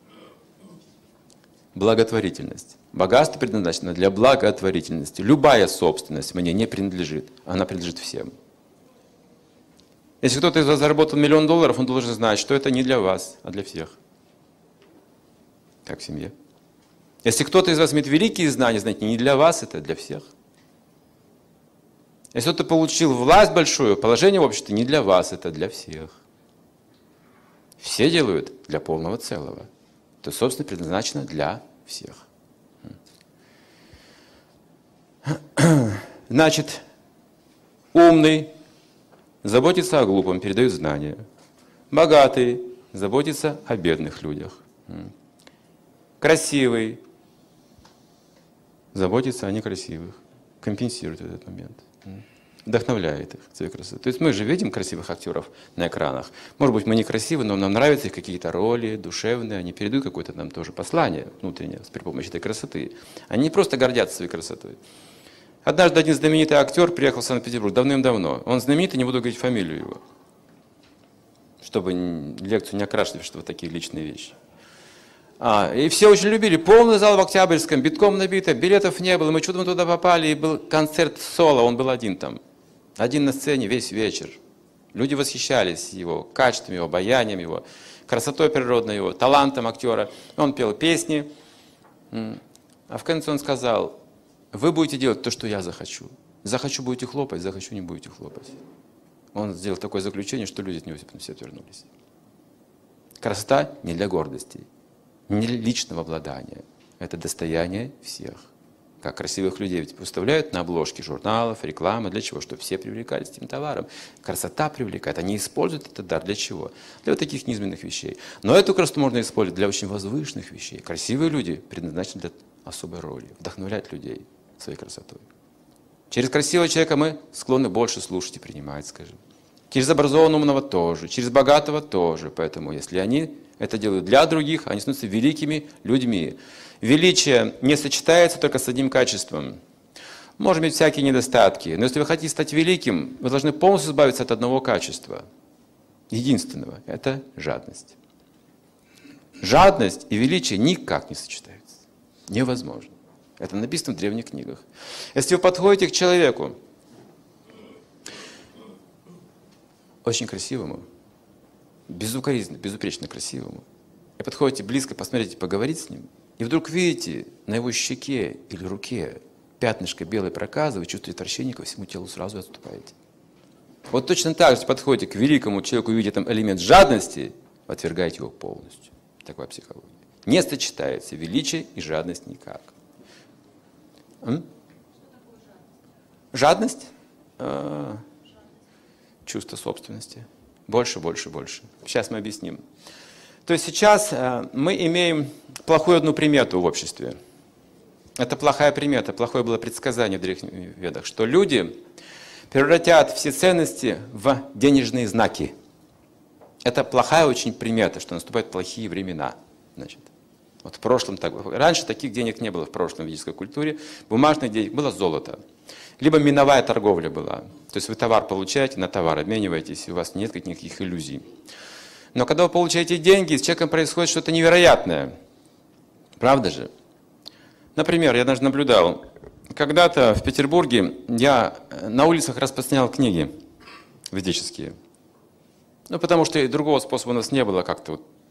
Благотворительность. Богатство предназначено для благотворительности. Любая собственность мне не принадлежит. Она принадлежит всем. Если кто-то из вас заработал $1 миллион, он должен знать, что это не для вас, а для всех. Как в семье. Если кто-то из вас имеет великие знания, знаете, не для вас, это для всех. Если кто-то получил власть большую, положение в обществе, не для вас, это для всех. Все делают для полного целого. То, собственно, предназначено для всех. Значит, умный заботится о глупом, передает знания. Богатый заботится о бедных людях. Красивый заботится о некрасивых, компенсирует этот момент, вдохновляет их своей красотой. То есть мы же видим красивых актеров на экранах. Может быть, мы некрасивы, но нам нравятся их какие-то роли душевные, они передают какое-то нам тоже послание внутреннее при помощи этой красоты. Они не просто гордятся своей красотой. Однажды один знаменитый актер приехал в Санкт-Петербург давным-давно. Он знаменитый, не буду говорить фамилию его, чтобы лекцию не окрашивать, что вот такие личные вещи. И все очень любили. Полный зал в Октябрьском, битком набито, билетов не было. Мы чудом туда попали, и был концерт соло, он был один там. Один на сцене весь вечер. Люди восхищались его качеством, его обаянием, его красотой природной, его талантом актера. Он пел песни. А в конце он сказал, вы будете делать то, что я захочу. Захочу, будете хлопать, захочу, не будете хлопать. Он сделал такое заключение, что люди от него все отвернулись. Красота не для гордости. Не личного обладания. Это достояние всех. Как красивых людей ведь выставляют на обложке журналов, рекламы. Для чего? Чтобы все привлекались этим товаром. Красота привлекает. Они используют этот дар. Для чего? Для вот таких низменных вещей. Но эту красоту можно использовать для очень возвышенных вещей. Красивые люди предназначены для особой роли. Вдохновлять людей своей красотой. Через красивого человека мы склонны больше слушать и принимать, скажем. Через образованного умного тоже. Через богатого тоже. Поэтому если они это делают для других, они становятся великими людьми. Величие не сочетается только с одним качеством. Может иметь всякие недостатки, но если вы хотите стать великим, вы должны полностью избавиться от одного качества. Единственного. Это жадность. Жадность и величие никак не сочетаются. Невозможно. Это написано в древних книгах. Если вы подходите к человеку, очень красивому, безукоризненно, безупречно красивому, и подходите близко, посмотрите, поговорить с ним, и вдруг видите на его щеке или руке пятнышко белой проказы, вы чувствуете отвращение ко всему телу, сразу отступаете. Вот точно так же подходите к великому человеку, видите там элемент жадности, вы отвергаете его полностью. Такая психология. Не сочетается величие и жадность никак. Жадность? Чувство собственности. Больше, больше, больше. Сейчас мы объясним. То есть сейчас мы имеем плохую одну примету в обществе. Это плохая примета, плохое было предсказание в древних ведах, что люди превратят все ценности в денежные знаки. Это плохая очень примета, что наступают плохие времена. Значит, вот в прошлом так было. Раньше таких денег не было в прошлом в ведической культуре. Бумажных денег было золото. Либо миновая торговля была. То есть вы товар получаете, на товар обмениваетесь, и у вас нет никаких иллюзий. Но когда вы получаете деньги, с человеком происходит что-то невероятное. Правда же? Например, я даже наблюдал, когда-то в Петербурге я на улицах распространял книги ведические. Ну, потому что другого способа у нас не было как-то вот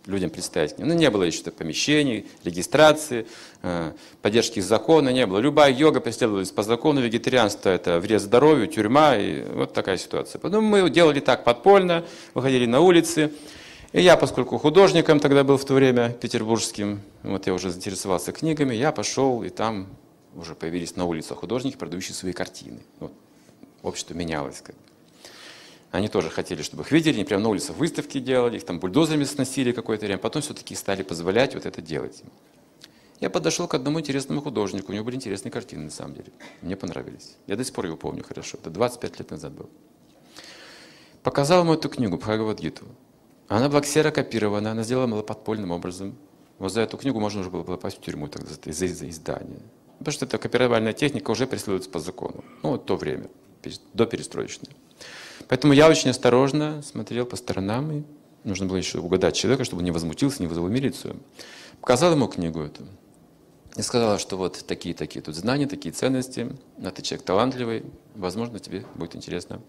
людям представить. Ну, не было еще помещений, регистрации, поддержки закона не было. Любая йога преследовалась по закону, вегетарианство – это вред здоровью, тюрьма, и вот такая ситуация. Потом мы делали так подпольно, выходили на улицы. И я, поскольку художником тогда был в то время, петербургским, вот я уже заинтересовался книгами, я пошел, и там уже появились на улицах художники, продающие свои картины. Вот. Общество менялось как бы. Они тоже хотели, чтобы их видели, они прямо на улицах выставки делали, их там бульдозерами сносили какое-то время, потом все-таки стали позволять вот это делать. Я подошел к одному интересному художнику, у него были интересные картины на самом деле, мне понравились. Я до сих пор его помню хорошо, это 25 лет назад было. Показал ему эту книгу «Бхагавад-гиту». Она была ксерокопирована, она сделана была подпольным образом. Вот за эту книгу можно уже было попасть в тюрьму тогда, за издание. Потому что эта копировальная техника уже преследуется по закону. Ну, вот то время, до перестроечной. Поэтому я очень осторожно смотрел по сторонам, и нужно было еще угадать человека, чтобы он не возмутился, не вызвал милицию. Показал ему книгу эту. И сказала, что вот такие-такие тут знания, такие ценности, а ты человек талантливый, возможно, тебе будет интересно.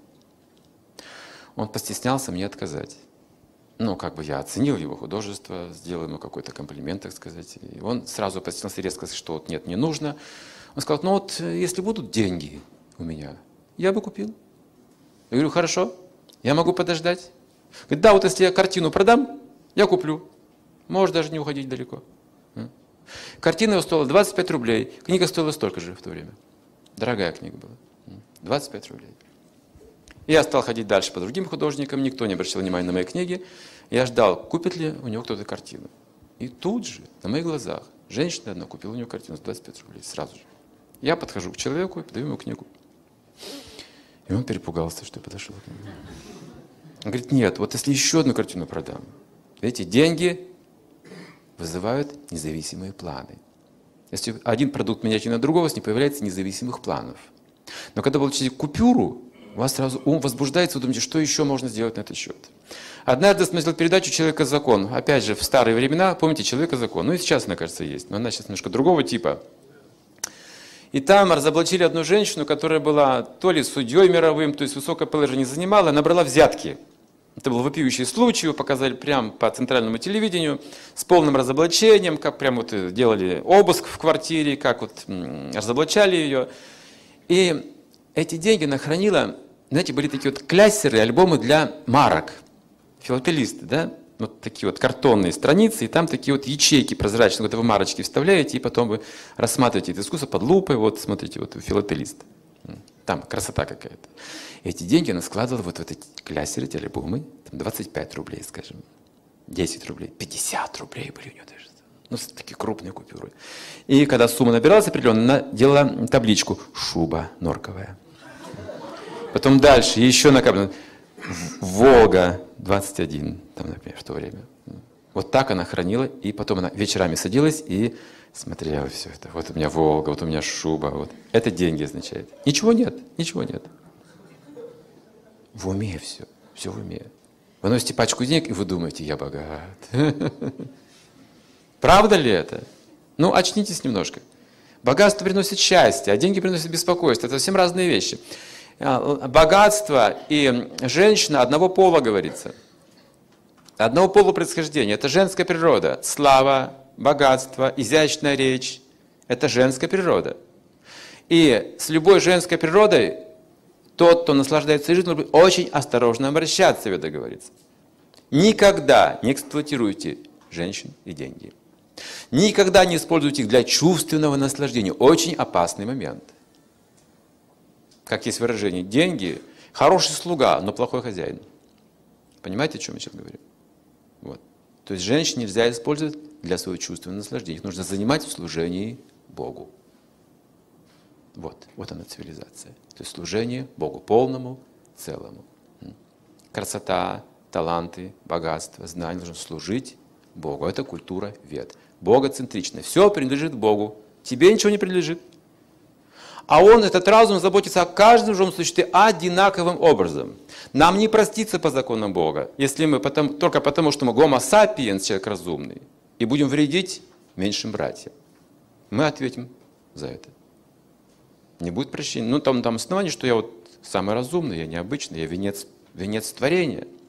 Он постеснялся мне отказать. Ну, как бы я оценил его художество, сделал ему какой-то комплимент, так сказать. И он сразу постеснялся резко сказать, что вот нет, не нужно. Он сказал, ну вот, если будут деньги у меня, я бы купил. Я говорю, хорошо, я могу подождать. Говорит, да, вот если я картину продам, я куплю. Можешь даже не уходить далеко. Картина его стоила 25 рублей. Книга стоила столько же в то время. Дорогая книга была. 25 рублей. Я стал ходить дальше по другим художникам, никто не обращал внимания на мои книги. Я ждал, купит ли у него кто-то картину. И тут же, на моих глазах, женщина одна купила у него картину за 25 рублей, сразу же. Я подхожу к человеку и подаю ему книгу. И он перепугался, что я подошел к нему. Он говорит, нет, вот если еще одну картину продам, эти деньги вызывают независимые планы. Если один продукт меняете на другого, с ним появляется независимых планов. Но когда вы получите купюру, у вас сразу ум возбуждается, вы думаете, что еще можно сделать на этот счет. Однажды смотрел передачу «Человек и закон». Опять же, в старые времена, помните, «Человек и закон». Ну и сейчас, мне кажется, есть, но она сейчас немножко другого типа. И там разоблачили одну женщину, которая была то ли судьей мировым, то есть высокое положение занимала, она брала взятки. Это был вопиющий случай, его показали прямо по центральному телевидению, с полным разоблачением, как прям вот делали обыск в квартире, как вот разоблачали ее. И эти деньги она хранила, знаете, были такие вот кляссеры, альбомы для марок, филателисты, да? Вот такие вот картонные страницы, и там такие вот ячейки прозрачные, вот вы марочки вставляете, и потом вы рассматриваете это искусство под лупой, вот смотрите, вот филателист. Там красота какая-то. Эти деньги она складывала вот в эти кляссеры, эти альбомы, там 25 рублей, скажем, 10 рублей, 50 рублей были у нее даже. Ну, такие крупные купюры. И когда сумма набиралась определенно, она делала табличку «Шуба норковая». Потом дальше, еще накапливала. Волга 21, там, например, в то время. Вот так она хранила, и потом она вечерами садилась и смотрела все это. Вот у меня Волга, вот у меня шуба. Вот. Это деньги означает. Ничего нет, ничего нет. В уме все, все в уме. Вы носите пачку денег, и вы думаете, я богат. Правда ли это? Ну, очнитесь немножко. Богатство приносит счастье, а деньги приносят беспокойство. Это совсем разные вещи. Богатство и женщина одного пола, говорится. Одного пола происхождения. Это женская природа. Слава, богатство, изящная речь. Это женская природа. И с любой женской природой тот, кто наслаждается жизнью, должен очень осторожно обращаться, ведь говорится. Никогда не эксплуатируйте женщин и деньги. Никогда не используйте их для чувственного наслаждения. Очень опасный момент. Как есть выражение, деньги – хороший слуга, но плохой хозяин. Понимаете, о чем я сейчас говорю? Вот. То есть женщин нельзя использовать для своего чувственного наслаждения. Их нужно занимать в служении Богу. Вот она цивилизация. То есть служение Богу полному, целому. Красота, таланты, богатство, знания должны служить Богу. Это культура вед. Богоцентричная. Все принадлежит Богу. Тебе ничего не принадлежит. А Он, этот разум, заботится о каждом живом существе одинаковым образом. Нам не проститься по законам Бога, если мы только потому, что мы гомо сапиенс, человек разумный, и будем вредить меньшим братьям. Мы ответим за это. Не будет прощения. Ну, там основание, что я вот самый разумный, я необычный, я венец творения.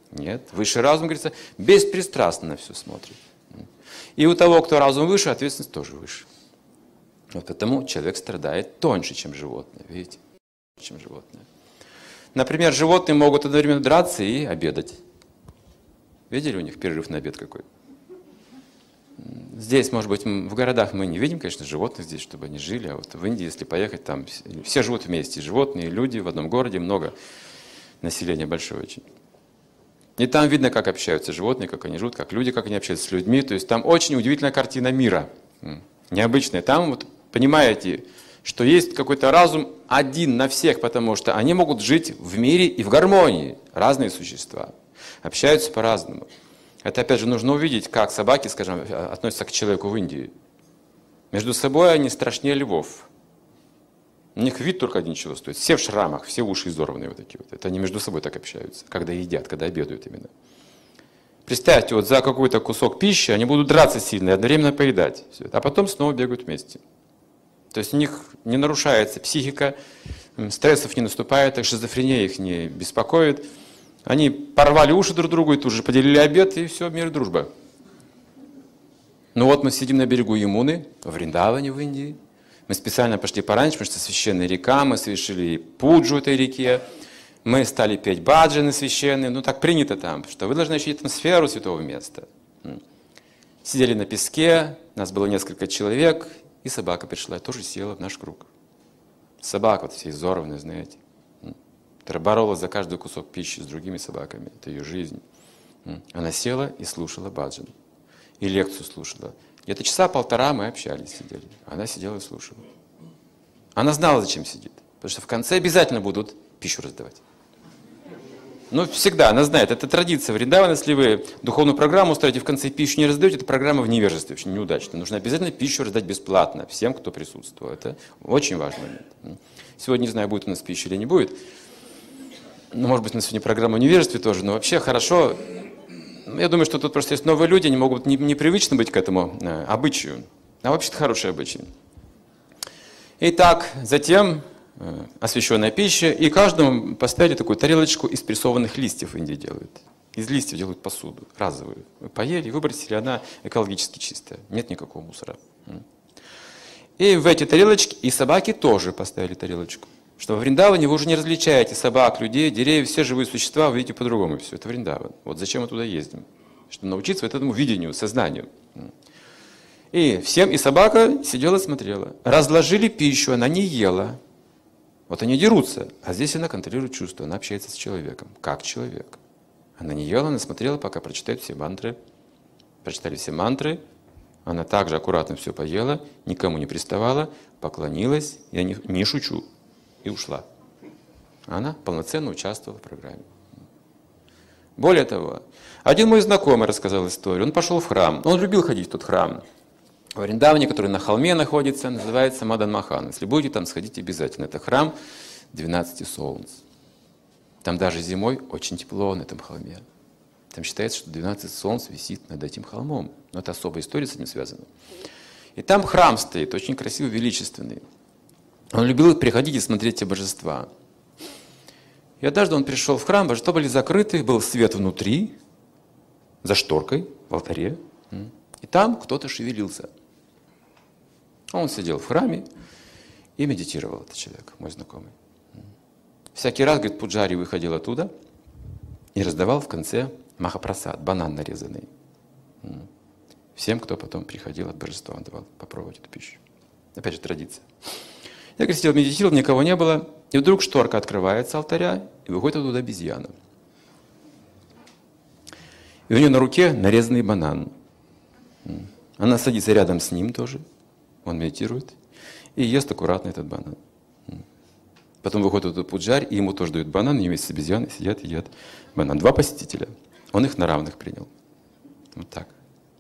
Нет. Высший разум, говорится, беспристрастно на все смотрит. И у того, кто разум выше, ответственность тоже выше. Вот потому человек страдает тоньше, чем животное. Видите? Чем животное. Например, животные могут одновременно драться и обедать. Видели у них перерыв на обед какой? Здесь, может быть, в городах мы не видим, конечно, животных здесь, чтобы они жили, а вот в Индии, если поехать, там все живут вместе, животные, люди в одном городе, много населения большое очень. И там видно, как общаются животные, как они живут, как люди, как они общаются с людьми. То есть там очень удивительная картина мира, необычная. Там, вот, понимаете, что есть какой-то разум один на всех, потому что они могут жить в мире и в гармонии, разные существа, общаются по-разному. Это, опять же, нужно увидеть, как собаки, скажем, относятся к человеку в Индии. Между собой они страшнее львов. У них вид только один чего стоит. Все в шрамах, все уши изорванные вот такие вот. Это они между собой так общаются, когда едят, когда обедают именно. Представьте, вот за какой-то кусок пищи они будут драться сильно и одновременно поедать. Все это. А потом снова бегают вместе. То есть у них не нарушается психика, стрессов не наступает, так шизофрения их не беспокоит. Они порвали уши друг другу и тут же поделили обед, и все, мир и дружба. Ну вот мы сидим на берегу Ямуны, в Вриндаване в Индии. Мы специально пошли пораньше, потому что священная река, мы совершили пуджу этой реке. Мы стали петь баджаны священные, ну так принято там, что вы должны ощутить атмосферу святого места. Сидели на песке, нас было несколько человек, и собака пришла, тоже села в наш круг. Собака вот вся изорванная, знаете. Которая боролась за каждый кусок пищи с другими собаками. Это ее жизнь. Она села и слушала баджан. И лекцию слушала. Где-то часа полтора мы общались, сидели. Она сидела и слушала. Она знала, зачем сидит. Потому что в конце обязательно будут пищу раздавать. Ну, всегда, она знает. Это традиция Вриндавана. Если вы духовную программу устроите, в конце пищу не раздаете, это программа в невежестве, очень неудачная. Нужно обязательно пищу раздать бесплатно всем, кто присутствует. Это очень важный момент. Сегодня не знаю, будет у нас пища или не будет. Ну, может быть, у нас сегодня программа в невежестве тоже, но вообще хорошо. Я думаю, что тут просто есть новые люди, они могут непривычно быть к этому обычаю. А вообще-то хороший обычай. Итак, затем освященная пища, и каждому поставили такую тарелочку из прессованных листьев, в Индии делают. Из листьев делают посуду, разовую. Вы поели, выбросили, она экологически чистая, нет никакого мусора. И в эти тарелочки, и собаки тоже поставили тарелочку. Что во Вриндаване вы уже не различаете собак, людей, деревьев, все живые существа, вы видите по-другому все. Это Вриндаван. Вот зачем мы туда ездим? Чтобы научиться вот этому видению, сознанию. И всем, и собака сидела, смотрела. Разложили пищу, она не ела. Вот они дерутся, а здесь она контролирует чувства, она общается с человеком, как человек. Она не ела, она смотрела, пока прочитают все мантры. Прочитали все мантры, она также аккуратно все поела, никому не приставала, поклонилась, я не шучу, и ушла. Она полноценно участвовала в программе. Более того, один мой знакомый рассказал историю. Он пошел в храм, он любил ходить в тот храм. В Вриндаване, который на холме находится, называется Мадан Махан. Если будете там, сходите обязательно. Это храм 12 солнц. Там даже зимой очень тепло на этом холме. Там считается, что 12 солнц висит над этим холмом. Но это особая история с этим связана. И там храм стоит, очень красивый, величественный. Он любил приходить и смотреть те божества. И однажды он пришел в храм, божества были закрыты, был свет внутри, за шторкой, в алтаре. И там кто-то шевелился. Он сидел в храме и медитировал, этот человек, мой знакомый. Всякий раз, говорит, пуджари выходил оттуда и раздавал в конце махапрасад, банан нарезанный. Всем, кто потом приходил от божества, он давал попробовать эту пищу. Опять же, традиция. Я, говорит, сидел, медитировал, никого не было. И вдруг шторка открывается алтаря, и выходит оттуда обезьяна. И у нее на руке нарезанный банан. Она садится рядом с ним тоже. Он медитирует и ест аккуратно этот банан. Потом выходит этот пуджарь, и ему тоже дают банан, и вместе с обезьяной сидят и едят банан. 2 посетителя. Он их на равных принял. Вот так.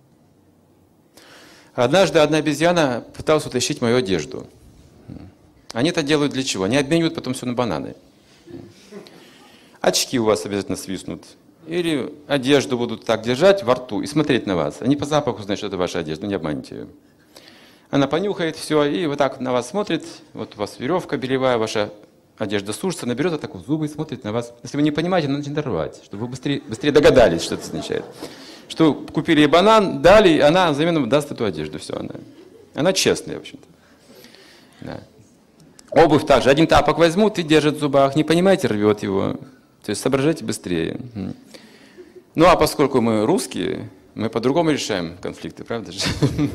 Однажды одна обезьяна пыталась утащить мою одежду. Они это делают для чего? Они обменивают потом все на бананы. Очки у вас обязательно свистнут. Или одежду будут так держать во рту и смотреть на вас. Они по запаху знают, что это ваша одежда, не обманите ее. Она понюхает все, и вот так на вас смотрит. Вот у вас веревка белевая, ваша одежда сушится, она берет вот так вот зубы и смотрит на вас. Если вы не понимаете, она начинает рвать, чтобы вы быстрее догадались, что это означает. Что купили ей банан, дали, и она взамен даст эту одежду. Все, она честная, в общем-то. Да. Обувь также. Один тапок возьмут и держит в зубах. Не понимаете, рвет его. То есть соображайте быстрее. Ну а поскольку мы русские, мы по-другому решаем конфликты, правда же?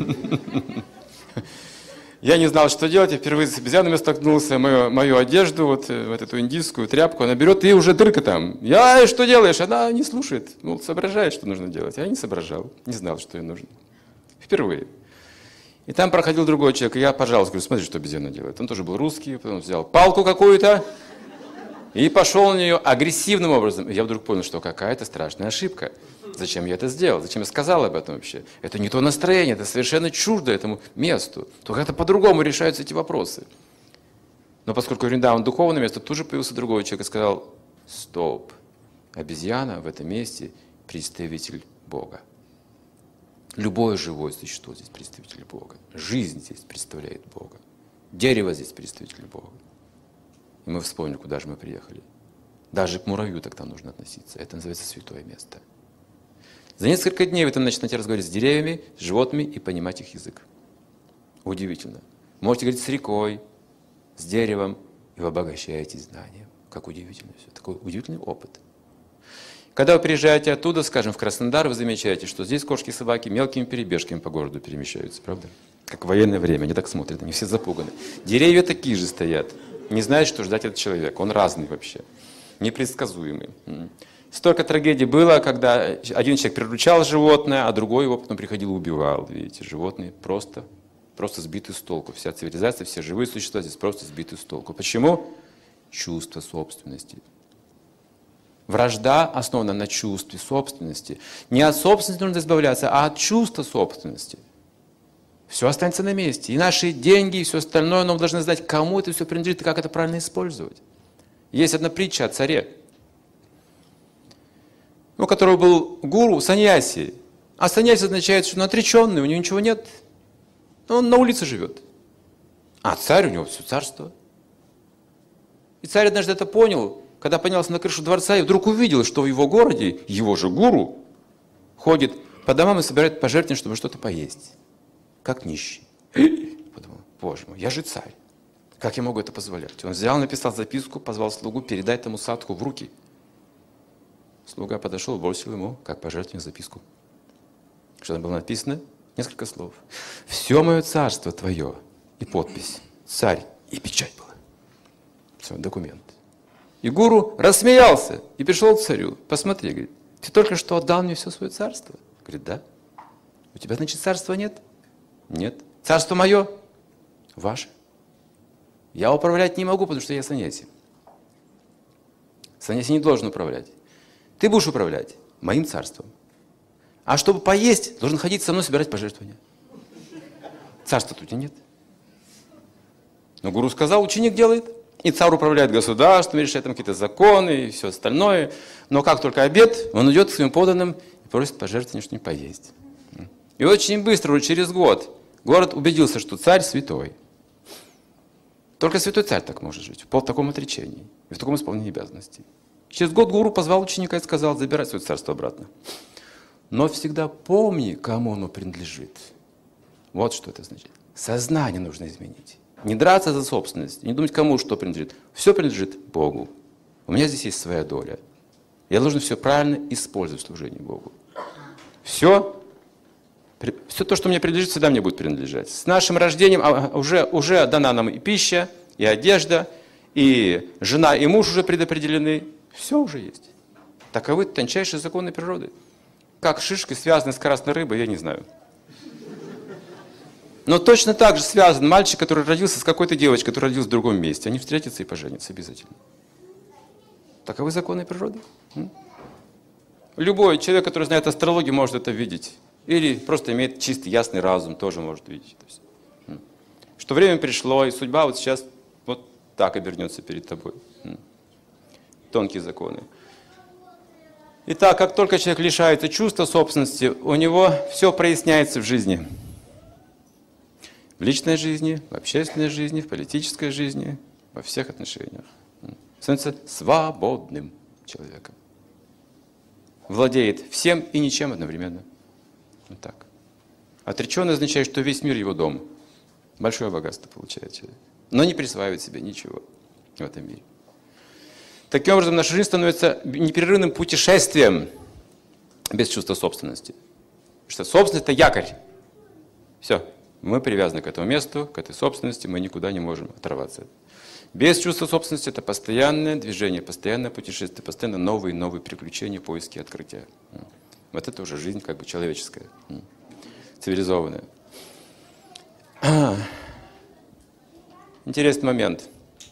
Я не знал, что делать, я впервые с обезьянами столкнулся, мою одежду, вот эту индийскую тряпку, она берет, и уже дырка там. Я, что делаешь? Она не слушает, ну, соображает, что нужно делать. Я не соображал, не знал, что ей нужно. Впервые. И там проходил другой человек, и я, пожалуйста, говорю, смотри, что обезьяна делает. Он тоже был русский, потом взял палку какую-то и пошел на нее агрессивным образом. И я вдруг понял, что какая-то страшная ошибка. Зачем я это сделал? Зачем я сказал об этом вообще? Это не то настроение, это совершенно чуждо этому месту. То как-то по-другому решаются эти вопросы. Но поскольку Вриндаван духовное место, тут же появился другой человек и сказал, стоп, обезьяна в этом месте представитель Бога. Любое живое существо здесь представитель Бога. Жизнь здесь представляет Бога. Дерево здесь представитель Бога. И мы вспомнили, куда же мы приехали. Даже к муравью так там нужно относиться. Это называется святое место. За несколько дней вы там начинаете разговаривать с деревьями, с животными и понимать их язык. Удивительно. Можете говорить с рекой, с деревом, и вы обогащаетесь знанием. Как удивительно все. Такой удивительный опыт. Когда вы приезжаете оттуда, скажем, в Краснодар, вы замечаете, что здесь кошки и собаки мелкими перебежками по городу перемещаются, правда? Как в военное время, они так смотрят, они все запуганы. Деревья такие же стоят, не знают, что ждать от человека, он разный вообще, непредсказуемый. Столько трагедий было, когда один человек приручал животное, а другой его потом приходил и убивал. Видите, животные просто сбиты с толку. Вся цивилизация, все живые существа здесь просто сбиты с толку. Почему? Чувство собственности. Вражда основана на чувстве собственности. Не от собственности нужно избавляться, а от чувства собственности. Все останется на месте. И наши деньги, и все остальное, но мы должны знать, кому это все принадлежит и как это правильно использовать. Есть одна притча о царе, у которого был гуру саньяси. А саньяси означает, что он отреченный, у него ничего нет. Он на улице живет. А царь, у него все царство. И царь однажды это понял, когда поднялся на крышу дворца и вдруг увидел, что в его городе его же гуру ходит по домам и собирает пожертвования, чтобы что-то поесть. Как нищий. Подумал, боже мой, я же царь. Как я могу это позволять? Он взял, написал записку, позвал слугу, передай этому садху в руки. Слуга подошел, бросил ему, как пожертвование, записку. Что там было написано? Несколько слов. «Все мое царство твое». И подпись. Царь. И печать была. Все, документ. И гуру рассмеялся и пришел к царю. Посмотри, говорит, ты только что отдал мне все свое царство? Говорит, да. У тебя, значит, царства нет? Нет. Царство мое? Ваше. Я управлять не могу, потому что я саньяси. Саньяси не должен управлять. Ты будешь управлять моим царством. А чтобы поесть, должен ходить со мной собирать пожертвования. Царства тут и нет. Но гуру сказал, ученик делает. И царь управляет государством, решает там какие-то законы и все остальное. Но как только обед, он идет к своим подданным и просит пожертвования, что-нибудь поесть. И очень быстро, уже через год, город убедился, что царь святой. Только святой царь так может жить, в таком отречении и в таком исполнении обязанностей. Через год гуру позвал ученика и сказал, забирай свое царство обратно. Но всегда помни, кому оно принадлежит. Вот что это значит. Сознание нужно изменить. Не драться за собственность, не думать, кому что принадлежит. Все принадлежит Богу. У меня здесь есть своя доля. Я должен все правильно использовать в служении Богу. Все то, что мне принадлежит, всегда мне будет принадлежать. С нашим рождением уже дана нам и пища, и одежда, и жена, и муж уже предопределены. Все уже есть. Таковы тончайшие законы природы. Как шишки связаны с красной рыбой, я не знаю. Но точно так же связан мальчик, который родился с какой-то девочкой, которая родилась в другом месте. Они встретятся и поженятся обязательно. Таковы законы природы. Любой человек, который знает астрологию, может это видеть. Или просто имеет чистый, ясный разум, тоже может видеть это все. Что время пришло, и судьба вот сейчас вот так обернется перед тобой. Тонкие законы. Итак, как только человек лишается чувства собственности, у него все проясняется в жизни. В личной жизни, в общественной жизни, в политической жизни, во всех отношениях. становится свободным человеком. Владеет всем и ничем одновременно. Вот так. Отреченный означает, что весь мир его дом. Большое богатство получает человек. Но не присваивает себе ничего в этом мире. Таким образом, наша жизнь становится непрерывным путешествием без чувства собственности. Потому что собственность – это якорь. Все. Мы привязаны к этому месту, к этой собственности, мы никуда не можем оторваться. Без чувства собственности – это постоянное движение, постоянное путешествие, постоянно новые и новые приключения, поиски, открытия. Вот это уже жизнь как бы человеческая, цивилизованная. Интересный момент.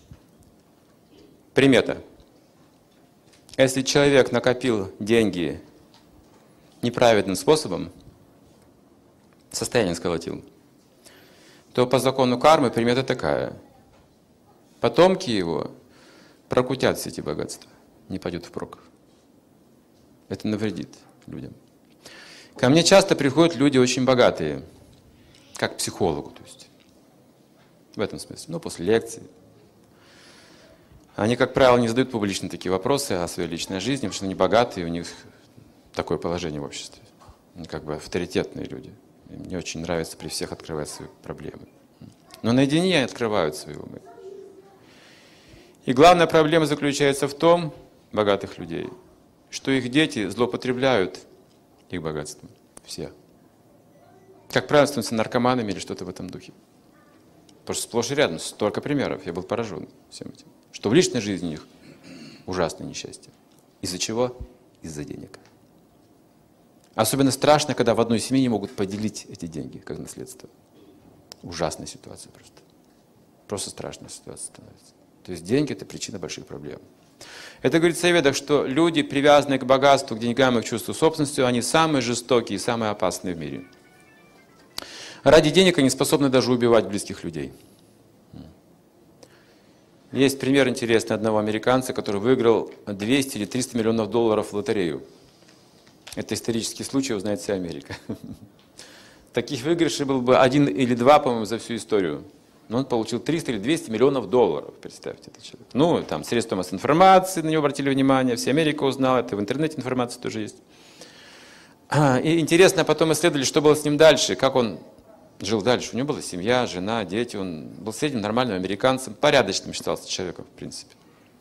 Примета. Если человек накопил деньги неправедным способом, состояние сколотил, то по закону кармы примета такая. Потомки его прокутят все эти богатства, не пойдет впрок. Это навредит людям. Ко мне часто приходят люди очень богатые, как к психологу, то есть. В этом смысле. Ну, после лекции. Они, как правило, не задают публично такие вопросы о своей личной жизни, потому что они богатые, у них такое положение в обществе. Они как бы авторитетные люди. Им не очень нравится при всех открывать свои проблемы. Но наедине открывают свои умы. И главная проблема заключается в том, богатых людей, что их дети злоупотребляют их богатством. Все. Как правило, становятся наркоманами или что-то в этом духе. Потому что сплошь и рядом столько примеров. Я был поражен всем этим. Что в личной жизни у них ужасное несчастье. Из-за чего? Из-за денег. Особенно страшно, когда в одной семье не могут поделить эти деньги, как наследство. Ужасная ситуация просто. Просто страшная ситуация становится. То есть деньги – это причина больших проблем. Это говорится в Ведах, что люди, привязанные к богатству, к деньгам и к чувству собственности, они самые жестокие и самые опасные в мире. Ради денег они способны даже убивать близких людей. Есть пример интересный одного американца, который выиграл 200 или 300 миллионов долларов в лотерею. Это исторический случай, узнает вся Америка. Таких выигрышей был бы 1 или 2, по-моему, за всю историю. Но он получил 300 или 200 миллионов долларов, представьте, этот человек. Ну, там средства массовой информации на него обратили внимание, вся Америка узнала, это в интернете информация тоже есть. И интересно, потом исследовали, что было с ним дальше, как он жил дальше. У него была семья, жена, дети, он был средним нормальным американцем, порядочным считался человеком, в принципе.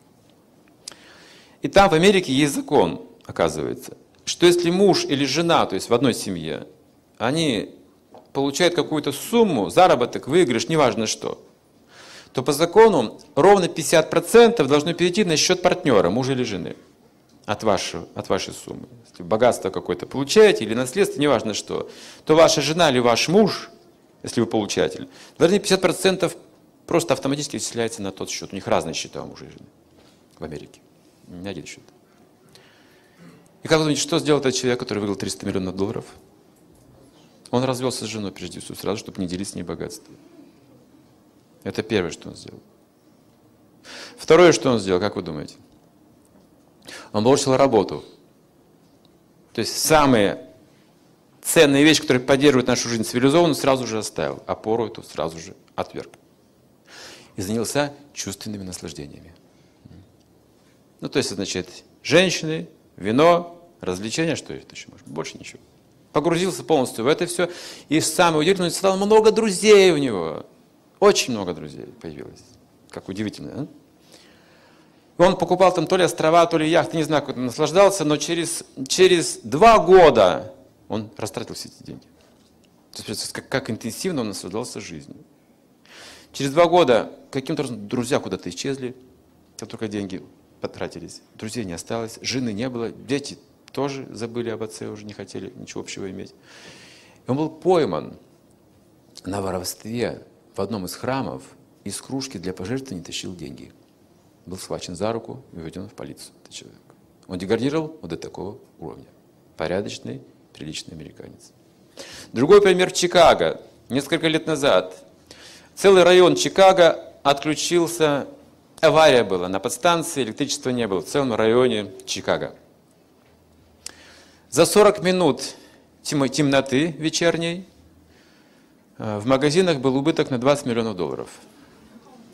И там в Америке есть закон, оказывается, что если муж или жена, то есть в одной семье, они получают какую-то сумму, заработок, выигрыш, неважно что, то по закону ровно 50% должны перейти на счет партнера, мужа или жены, от вашей суммы. Если богатство какое-то получаете или наследство, неважно что, то ваша жена или ваш муж, если вы получатель, должны 50% просто автоматически исчисляется на тот счет. У них разные счета у мужа и жены в Америке. Не один счет. И как вы думаете, что сделал этот человек, который выиграл 300 миллионов долларов? Он развелся с женой прежде всего, сразу, чтобы не делить с ней богатство. Это первое, что он сделал. Второе, что он сделал, как вы думаете? Он бросил работу. То есть самые ценные вещи, которые поддерживают нашу жизнь цивилизованную, сразу же оставил. Опору эту сразу же отверг. И занялся чувственными наслаждениями. Ну, то есть, значит, женщины, вино, развлечения, что это еще может? Больше ничего. Погрузился полностью в это все. И самое удивительное, стало много друзей у него. Очень много друзей появилось. Как удивительно, а? Он покупал там то ли острова, то ли яхты, не знаю, как он наслаждался, но через 2 года он растратил все эти деньги. То есть, как интенсивно он наслаждался жизнью. Через 2 года каким-то образом друзья куда-то исчезли, как только деньги потратились. Друзей не осталось, жены не было, дети тоже забыли об отце, уже не хотели ничего общего иметь. И он был пойман на воровстве в одном из храмов, из кружки для пожертвований тащил деньги. Был схвачен за руку и введен в полицию. Этот человек. Он деградировал вот до такого уровня. Порядочный, приличный американец. Другой пример в Чикаго. Несколько лет назад целый район Чикаго отключился. Авария была на подстанции, электричества не было в целом районе Чикаго. За 40 минут темноты вечерней в магазинах был убыток на 20 миллионов долларов.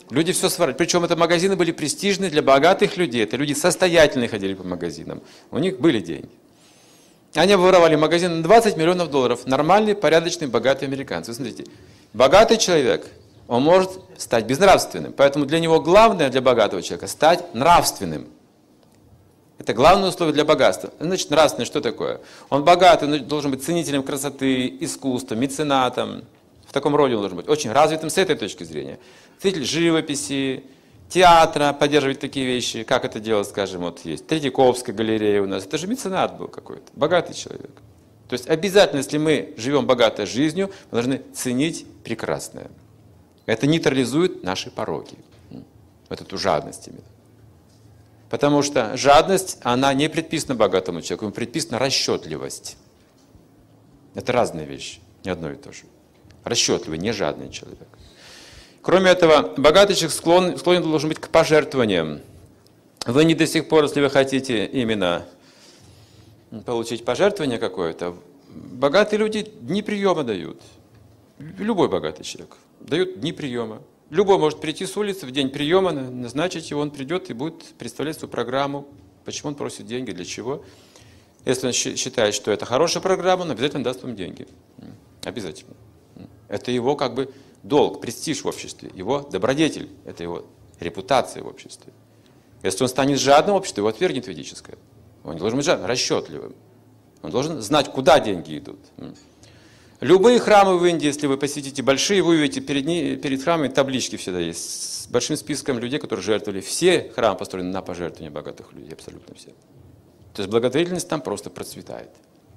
Люди все сворачивали. Причем это магазины были престижные для богатых людей. Это люди состоятельные ходили по магазинам. У них были деньги. Они воровали магазин на 20 миллионов долларов. Нормальные, порядочные, богатые американцы. Вы смотрите, богатый человек, он может стать безнравственным. Поэтому для него главное, для богатого человека, стать нравственным. Это главное условие для богатства. Значит, нравственный что такое? Он богатый, он должен быть ценителем красоты, искусства, меценатом. В таком роде он должен быть. Очень развитым с этой точки зрения. Ценитель живописи, театра, поддерживать такие вещи. Как это делать, скажем, вот есть Третьяковская галерея у нас. Это же меценат был какой-то, богатый человек. То есть обязательно, если мы живем богатой жизнью, мы должны ценить прекрасное. Это нейтрализует наши пороки. Вот эту жадность именно. Потому что жадность, она не предписана богатому человеку, ему предписана расчетливость. Это разные вещи, не одно и то же. Расчетливый, не жадный человек. Кроме этого, богатый человек склонен должен быть к пожертвованиям. Вы не до сих пор, если вы хотите именно получить пожертвование какое-то, богатые люди дни приема дают. Любой богатый человек дает дни приема. Любой может прийти с улицы в день приема, назначить его, он придет и будет представлять свою программу. Почему он просит деньги, для чего. Если он считает, что это хорошая программа, он обязательно даст вам деньги. Обязательно. Это его как бы долг, престиж в обществе, его добродетель, это его репутация в обществе. Если он станет жадным в обществе, его отвергнет ведическое. Он не должен быть жадным, расчетливым. Он должен знать, куда деньги идут. Любые храмы в Индии, если вы посетите большие, вы увидите перед храмами таблички всегда есть с большим списком людей, которые жертвовали. Все храмы построены на пожертвования богатых людей, абсолютно все. То есть благотворительность там просто процветает.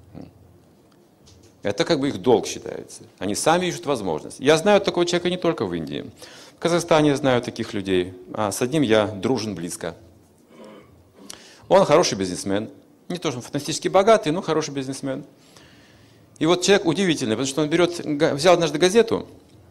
Это как бы их долг считается. Они сами ищут возможность. Я знаю такого человека не только в Индии. В Казахстане я знаю таких людей. А с одним я дружен близко. Он хороший бизнесмен. Не то, что он фантастически богатый, но хороший бизнесмен. И вот человек удивительный, потому что он взял однажды газету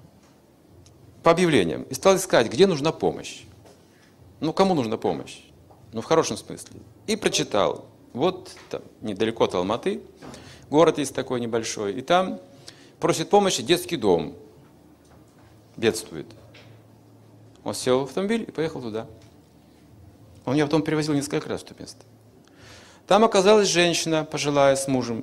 по объявлениям и стал искать, где нужна помощь. Ну, кому нужна помощь? Ну, в хорошем смысле. И прочитал. Вот там, недалеко от Алматы, город есть такой небольшой, и там просит помощи детский дом. Бедствует. Он сел в автомобиль и поехал туда. Он меня потом перевозил несколько раз в то место. Там оказалась женщина, пожилая, с мужем.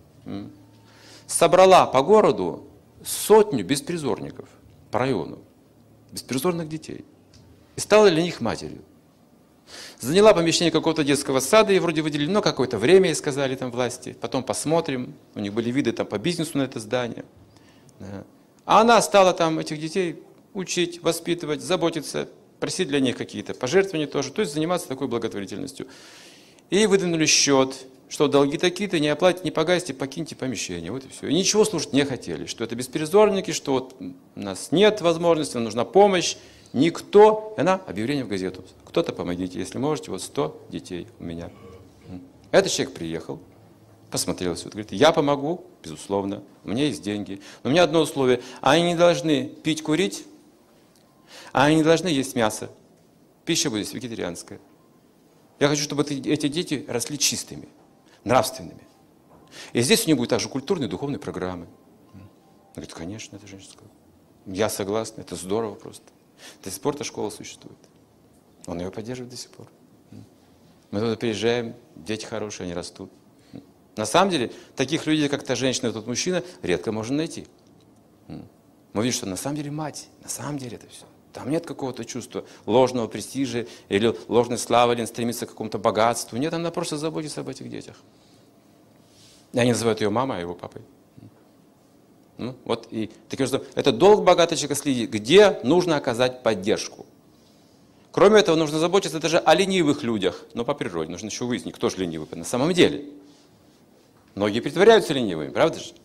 Собрала по городу 100 беспризорников по району, беспризорных детей. И стала для них матерью. Заняла помещение какого-то детского сада, и вроде выделили, но какое-то время, ей сказали там власти. Потом посмотрим, у них были виды там по бизнесу на это здание. А она стала там этих детей учить, воспитывать, заботиться, просить для них какие-то пожертвования тоже, то есть заниматься такой благотворительностью. И выдвинули счет, что долги такие-то, не оплатите, не погасите, покиньте помещение. Вот и все. И ничего слушать не хотели, что это беспризорники, что вот у нас нет возможности, нам нужна помощь. Никто, и она объявление в газету. Кто-то помогите, если можете, вот 100 детей у меня. Этот человек приехал, посмотрел все, говорит, я помогу, безусловно, у меня есть деньги. Но у меня одно условие, они не должны пить, курить, а они не должны есть мясо. Пища будет вегетарианская. Я хочу, чтобы эти дети росли чистыми, нравственными. И здесь у них будет также культурные, духовные программы. Он говорит, конечно, это женщина сказала. Я согласна, это здорово просто. До сих пор эта школа существует. Он ее поддерживает до сих пор. Мы туда приезжаем, дети хорошие, они растут. На самом деле, таких людей, как та женщина, тот мужчина, редко можно найти. Мы видим, что на самом деле мать, на самом деле это все. Там нет какого-то чувства ложного престижа или ложной славы, или он стремится к какому-то богатству. Нет, она просто заботится об этих детях. И они называют ее мамой, а его папой. Ну, вот и таким образом, это долг богатого человека следить, где нужно оказать поддержку. Кроме этого, нужно заботиться даже о ленивых людях, но по природе. Нужно еще выяснить, кто же ленивый на самом деле. Многие притворяются ленивыми, правда же?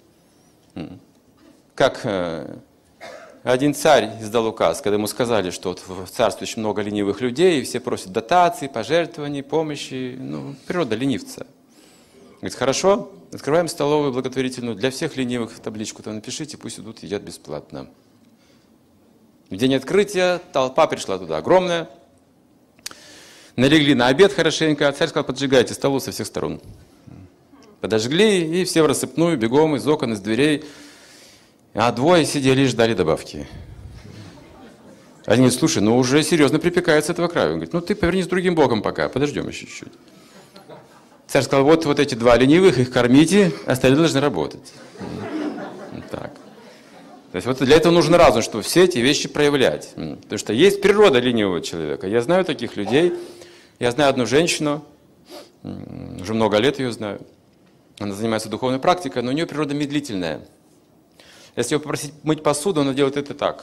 Как один царь издал указ, когда ему сказали, что вот в царстве очень много ленивых людей, и все просят дотаций, пожертвований, помощи. Ну, природа ленивца. Говорит, хорошо, открываем столовую благотворительную, для всех ленивых табличку там напишите, пусть идут, едят бесплатно. В день открытия толпа пришла туда огромная. Налегли на обед хорошенько, а царь сказал, поджигайте столу со всех сторон. Подожгли, и все в рассыпную, бегом из окон, из дверей. А двое сидели и ждали добавки. Они говорят, слушай, ну уже серьезно припекает с этого края. Он говорит, ну ты повернись другим боком пока, подождем еще чуть-чуть. Царь сказал, вот эти два ленивых, их кормите, остальные должны работать. Так. То есть вот для этого нужен разум, чтобы все эти вещи проявлять. Потому что есть природа ленивого человека. Я знаю таких людей. Я знаю одну женщину, уже много лет ее знаю. Она занимается духовной практикой, но у нее природа медлительная. Если ее попросить мыть посуду, она делает это так.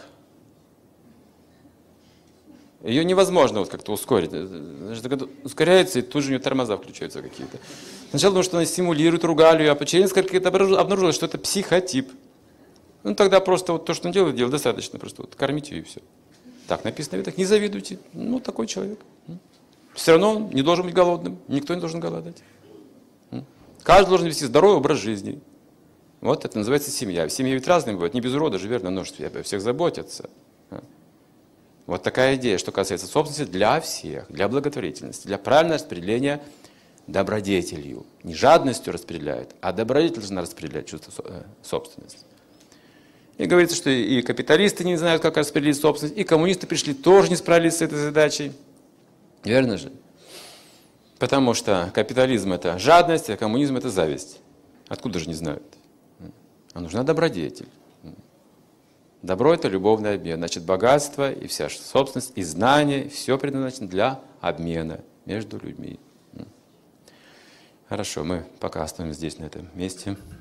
Ее невозможно вот как-то ускорить. Ускоряется, и тут же у нее тормоза включаются какие-то. Сначала потому, что она стимулирует, ругали ее, а через несколько лет обнаружилось, что это психотип. Ну тогда просто вот то, что он делает достаточно. Просто вот кормить ее и все. Так написано, так не завидуйте. Ну такой человек. Все равно он не должен быть голодным. Никто не должен голодать. Каждый должен вести здоровый образ жизни. Вот это называется семья. В семье ведь разные бывают. Не без урода же, верно, множество. Всех заботятся. Вот такая идея, что касается собственности для всех, для благотворительности, для правильного распределения добродетелью. Не жадностью распределяют, а добродетель должна распределять чувство собственности. И говорится, что и капиталисты не знают, как распределить собственность, и коммунисты пришли, тоже не справились с этой задачей. Верно же? Потому что капитализм – это жадность, а коммунизм – это зависть. Откуда же не знают? А нужна добродетель. Добро – это любовный обмен. Значит, богатство и вся собственность, и знания – все предназначено для обмена между людьми. Хорошо, мы пока остановимся здесь, на этом месте.